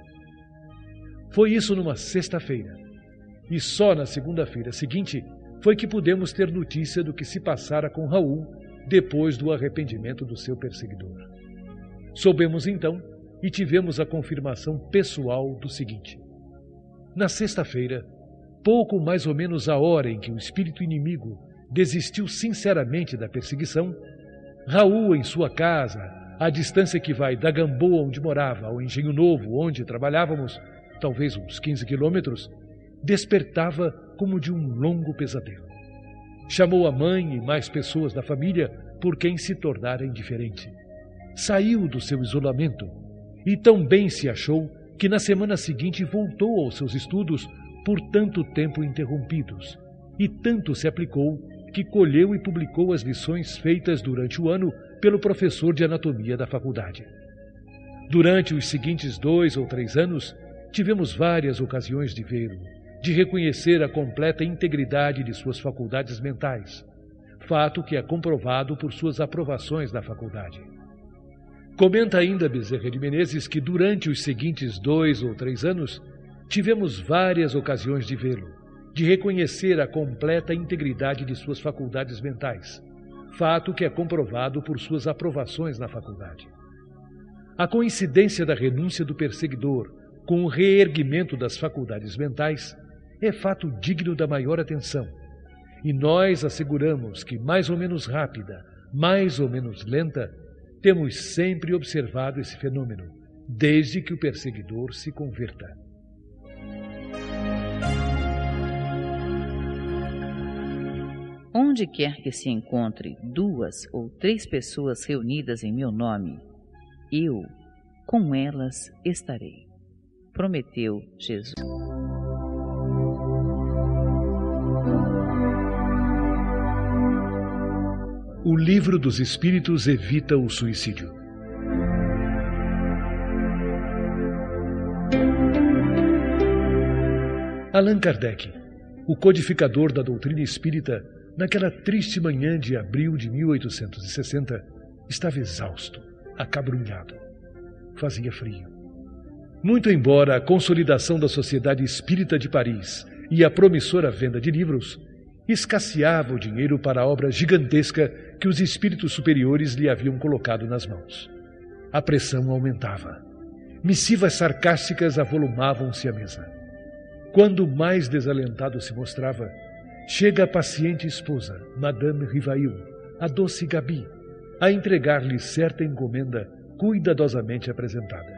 Foi isso numa sexta-feira, e só na segunda-feira seguinte foi que pudemos ter notícia do que se passara com Raul depois do arrependimento do seu perseguidor. Soubemos então e tivemos a confirmação pessoal do seguinte: na sexta-feira, pouco mais ou menos a hora em que o espírito inimigo desistiu sinceramente da perseguição, Raul, em sua casa, à distância que vai da Gamboa, onde morava, ao Engenho Novo, onde trabalhávamos, talvez uns quinze quilômetros, despertava como de um longo pesadelo. Chamou a mãe e mais pessoas da família por quem se tornara indiferente. Saiu do seu isolamento e tão bem se achou que na semana seguinte voltou aos seus estudos por tanto tempo interrompidos, e tanto se aplicou que colheu e publicou as lições feitas durante o ano pelo professor de anatomia da faculdade. Durante os seguintes dois ou três anos, tivemos várias ocasiões de vê-lo, de reconhecer a completa integridade de suas faculdades mentais, fato que é comprovado por suas aprovações na faculdade. Comenta ainda Bezerra de Menezes que durante os seguintes dois ou três anos, tivemos várias ocasiões de vê-lo, de reconhecer a completa integridade de suas faculdades mentais, fato que é comprovado por suas aprovações na faculdade. A coincidência da renúncia do perseguidor com o reerguimento das faculdades mentais é fato digno da maior atenção, e nós asseguramos que, mais ou menos rápida, mais ou menos lenta, temos sempre observado esse fenômeno, desde que o perseguidor se converta. Onde quer que se encontre duas ou três pessoas reunidas em meu nome, eu com elas estarei. Prometeu Jesus. O Livro dos Espíritos evita o suicídio. Allan Kardec, o codificador da doutrina espírita, naquela triste manhã de abril de mil oitocentos e sessenta, estava exausto, acabrunhado. Fazia frio. Muito embora a consolidação da Sociedade Espírita de Paris e a promissora venda de livros, escasseava o dinheiro para a obra gigantesca que os espíritos superiores lhe haviam colocado nas mãos. A pressão aumentava. Missivas sarcásticas avolumavam-se à mesa. Quando mais desalentado se mostrava, chega a paciente esposa, Madame Rivail, a doce Gabi, a entregar-lhe certa encomenda cuidadosamente apresentada.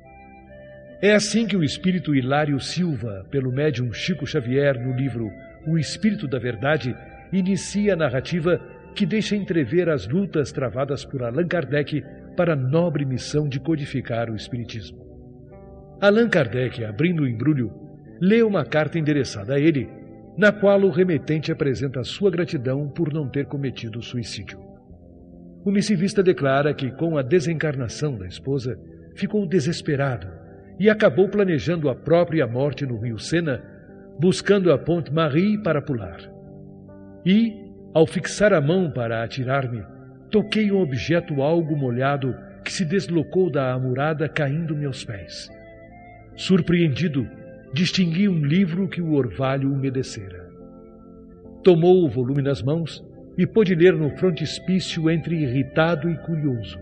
É assim que o espírito Hilário Silva, pelo médium Chico Xavier, no livro O Espírito da Verdade, inicia a narrativa que deixa entrever as lutas travadas por Allan Kardec para a nobre missão de codificar o Espiritismo. Allan Kardec, abrindo o embrulho, lê uma carta endereçada a ele, na qual o remetente apresenta sua gratidão por não ter cometido suicídio. O missivista declara que, com a desencarnação da esposa, ficou desesperado e acabou planejando a própria morte no rio Sena, buscando a Ponte Marie para pular. E, ao fixar a mão para atirar-me, toquei um objeto algo molhado que se deslocou da amurada, caindo-me aos pés. Surpreendido, distingui um livro que o orvalho umedecera. Tomou o volume nas mãos e pôde ler no frontispício entre irritado e curioso.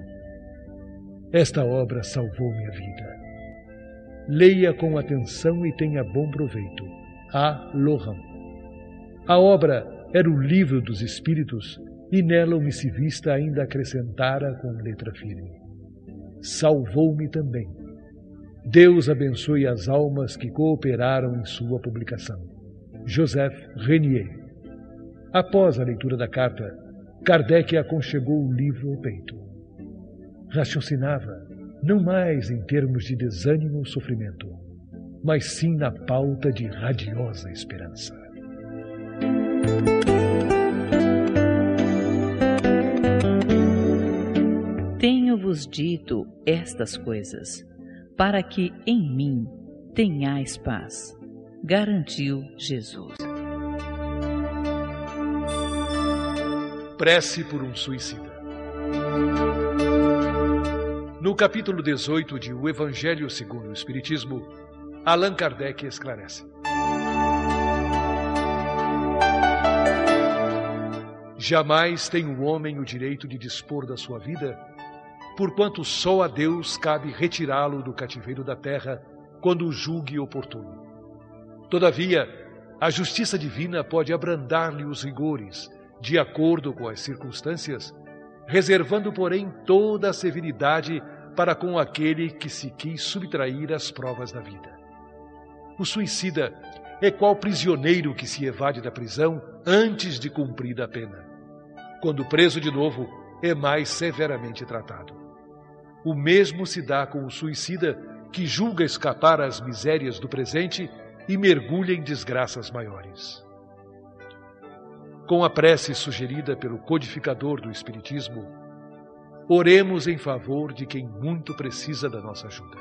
Esta obra salvou minha vida. Leia com atenção e tenha bom proveito. A. Lohan. A obra era o Livro dos Espíritos e nela o missivista ainda acrescentara com letra firme: salvou-me também. Deus abençoe as almas que cooperaram em sua publicação. Joseph Renier. Após a leitura da carta, Kardec aconchegou o livro ao peito. Raciocinava, não mais em termos de desânimo ou sofrimento, mas sim na pauta de radiosa esperança. Tenho-vos dito estas coisas, para que em mim tenhais paz, garantiu Jesus. Prece por um suicida. No capítulo dezoito de O Evangelho segundo o Espiritismo, Allan Kardec esclarece: jamais tem o homem o direito de dispor da sua vida, porquanto só a Deus cabe retirá-lo do cativeiro da terra quando o julgue oportuno. Todavia, a justiça divina pode abrandar-lhe os rigores, de acordo com as circunstâncias, reservando, porém, toda a severidade para com aquele que se quis subtrair às provas da vida. O suicida é qual prisioneiro que se evade da prisão antes de cumprida a pena. Quando preso de novo, é mais severamente tratado. O mesmo se dá com o suicida que julga escapar às misérias do presente e mergulha em desgraças maiores. Com a prece sugerida pelo codificador do Espiritismo, oremos em favor de quem muito precisa da nossa ajuda.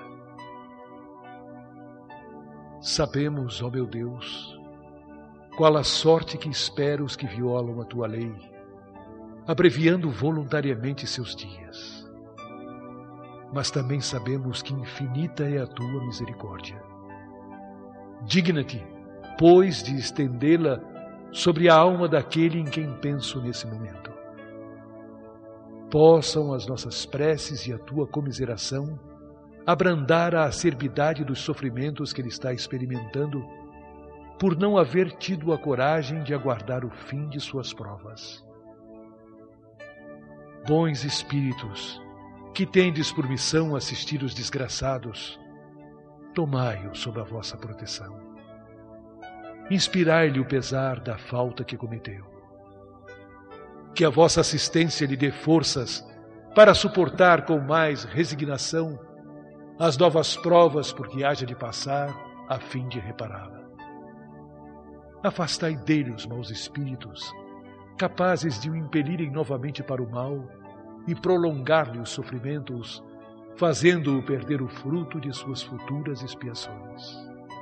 Sabemos, ó meu Deus, qual a sorte que espera os que violam a tua lei, abreviando voluntariamente seus dias. Mas também sabemos que infinita é a tua misericórdia. Digna-te, pois, de estendê-la sobre a alma daquele em quem penso nesse momento. Possam as nossas preces e a tua comiseração abrandar a acerbidade dos sofrimentos que ele está experimentando por não haver tido a coragem de aguardar o fim de suas provas. Bons espíritos, que tendes por missão assistir os desgraçados, tomai-o sob a vossa proteção. Inspirai-lhe o pesar da falta que cometeu. Que a vossa assistência lhe dê forças para suportar com mais resignação as novas provas por que haja de passar a fim de repará-la. Afastai dele os maus espíritos, capazes de o impelirem novamente para o mal e prolongar-lhe os sofrimentos, fazendo-o perder o fruto de suas futuras expiações.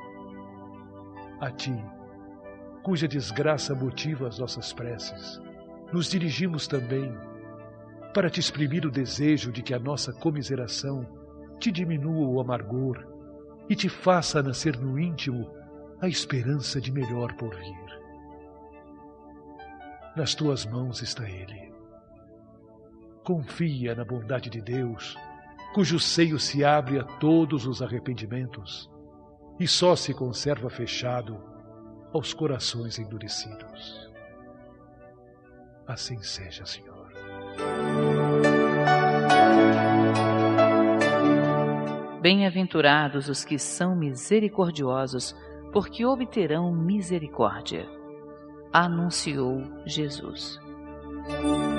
A ti, cuja desgraça motiva as nossas preces, nos dirigimos também para te exprimir o desejo de que a nossa comiseração te diminua o amargor e te faça nascer no íntimo a esperança de melhor porvir. Nas tuas mãos está ele. Confia na bondade de Deus, cujo seio se abre a todos os arrependimentos e só se conserva fechado aos corações endurecidos. Assim seja, Senhor. Bem-aventurados os que são misericordiosos, porque obterão misericórdia. Anunciou Jesus.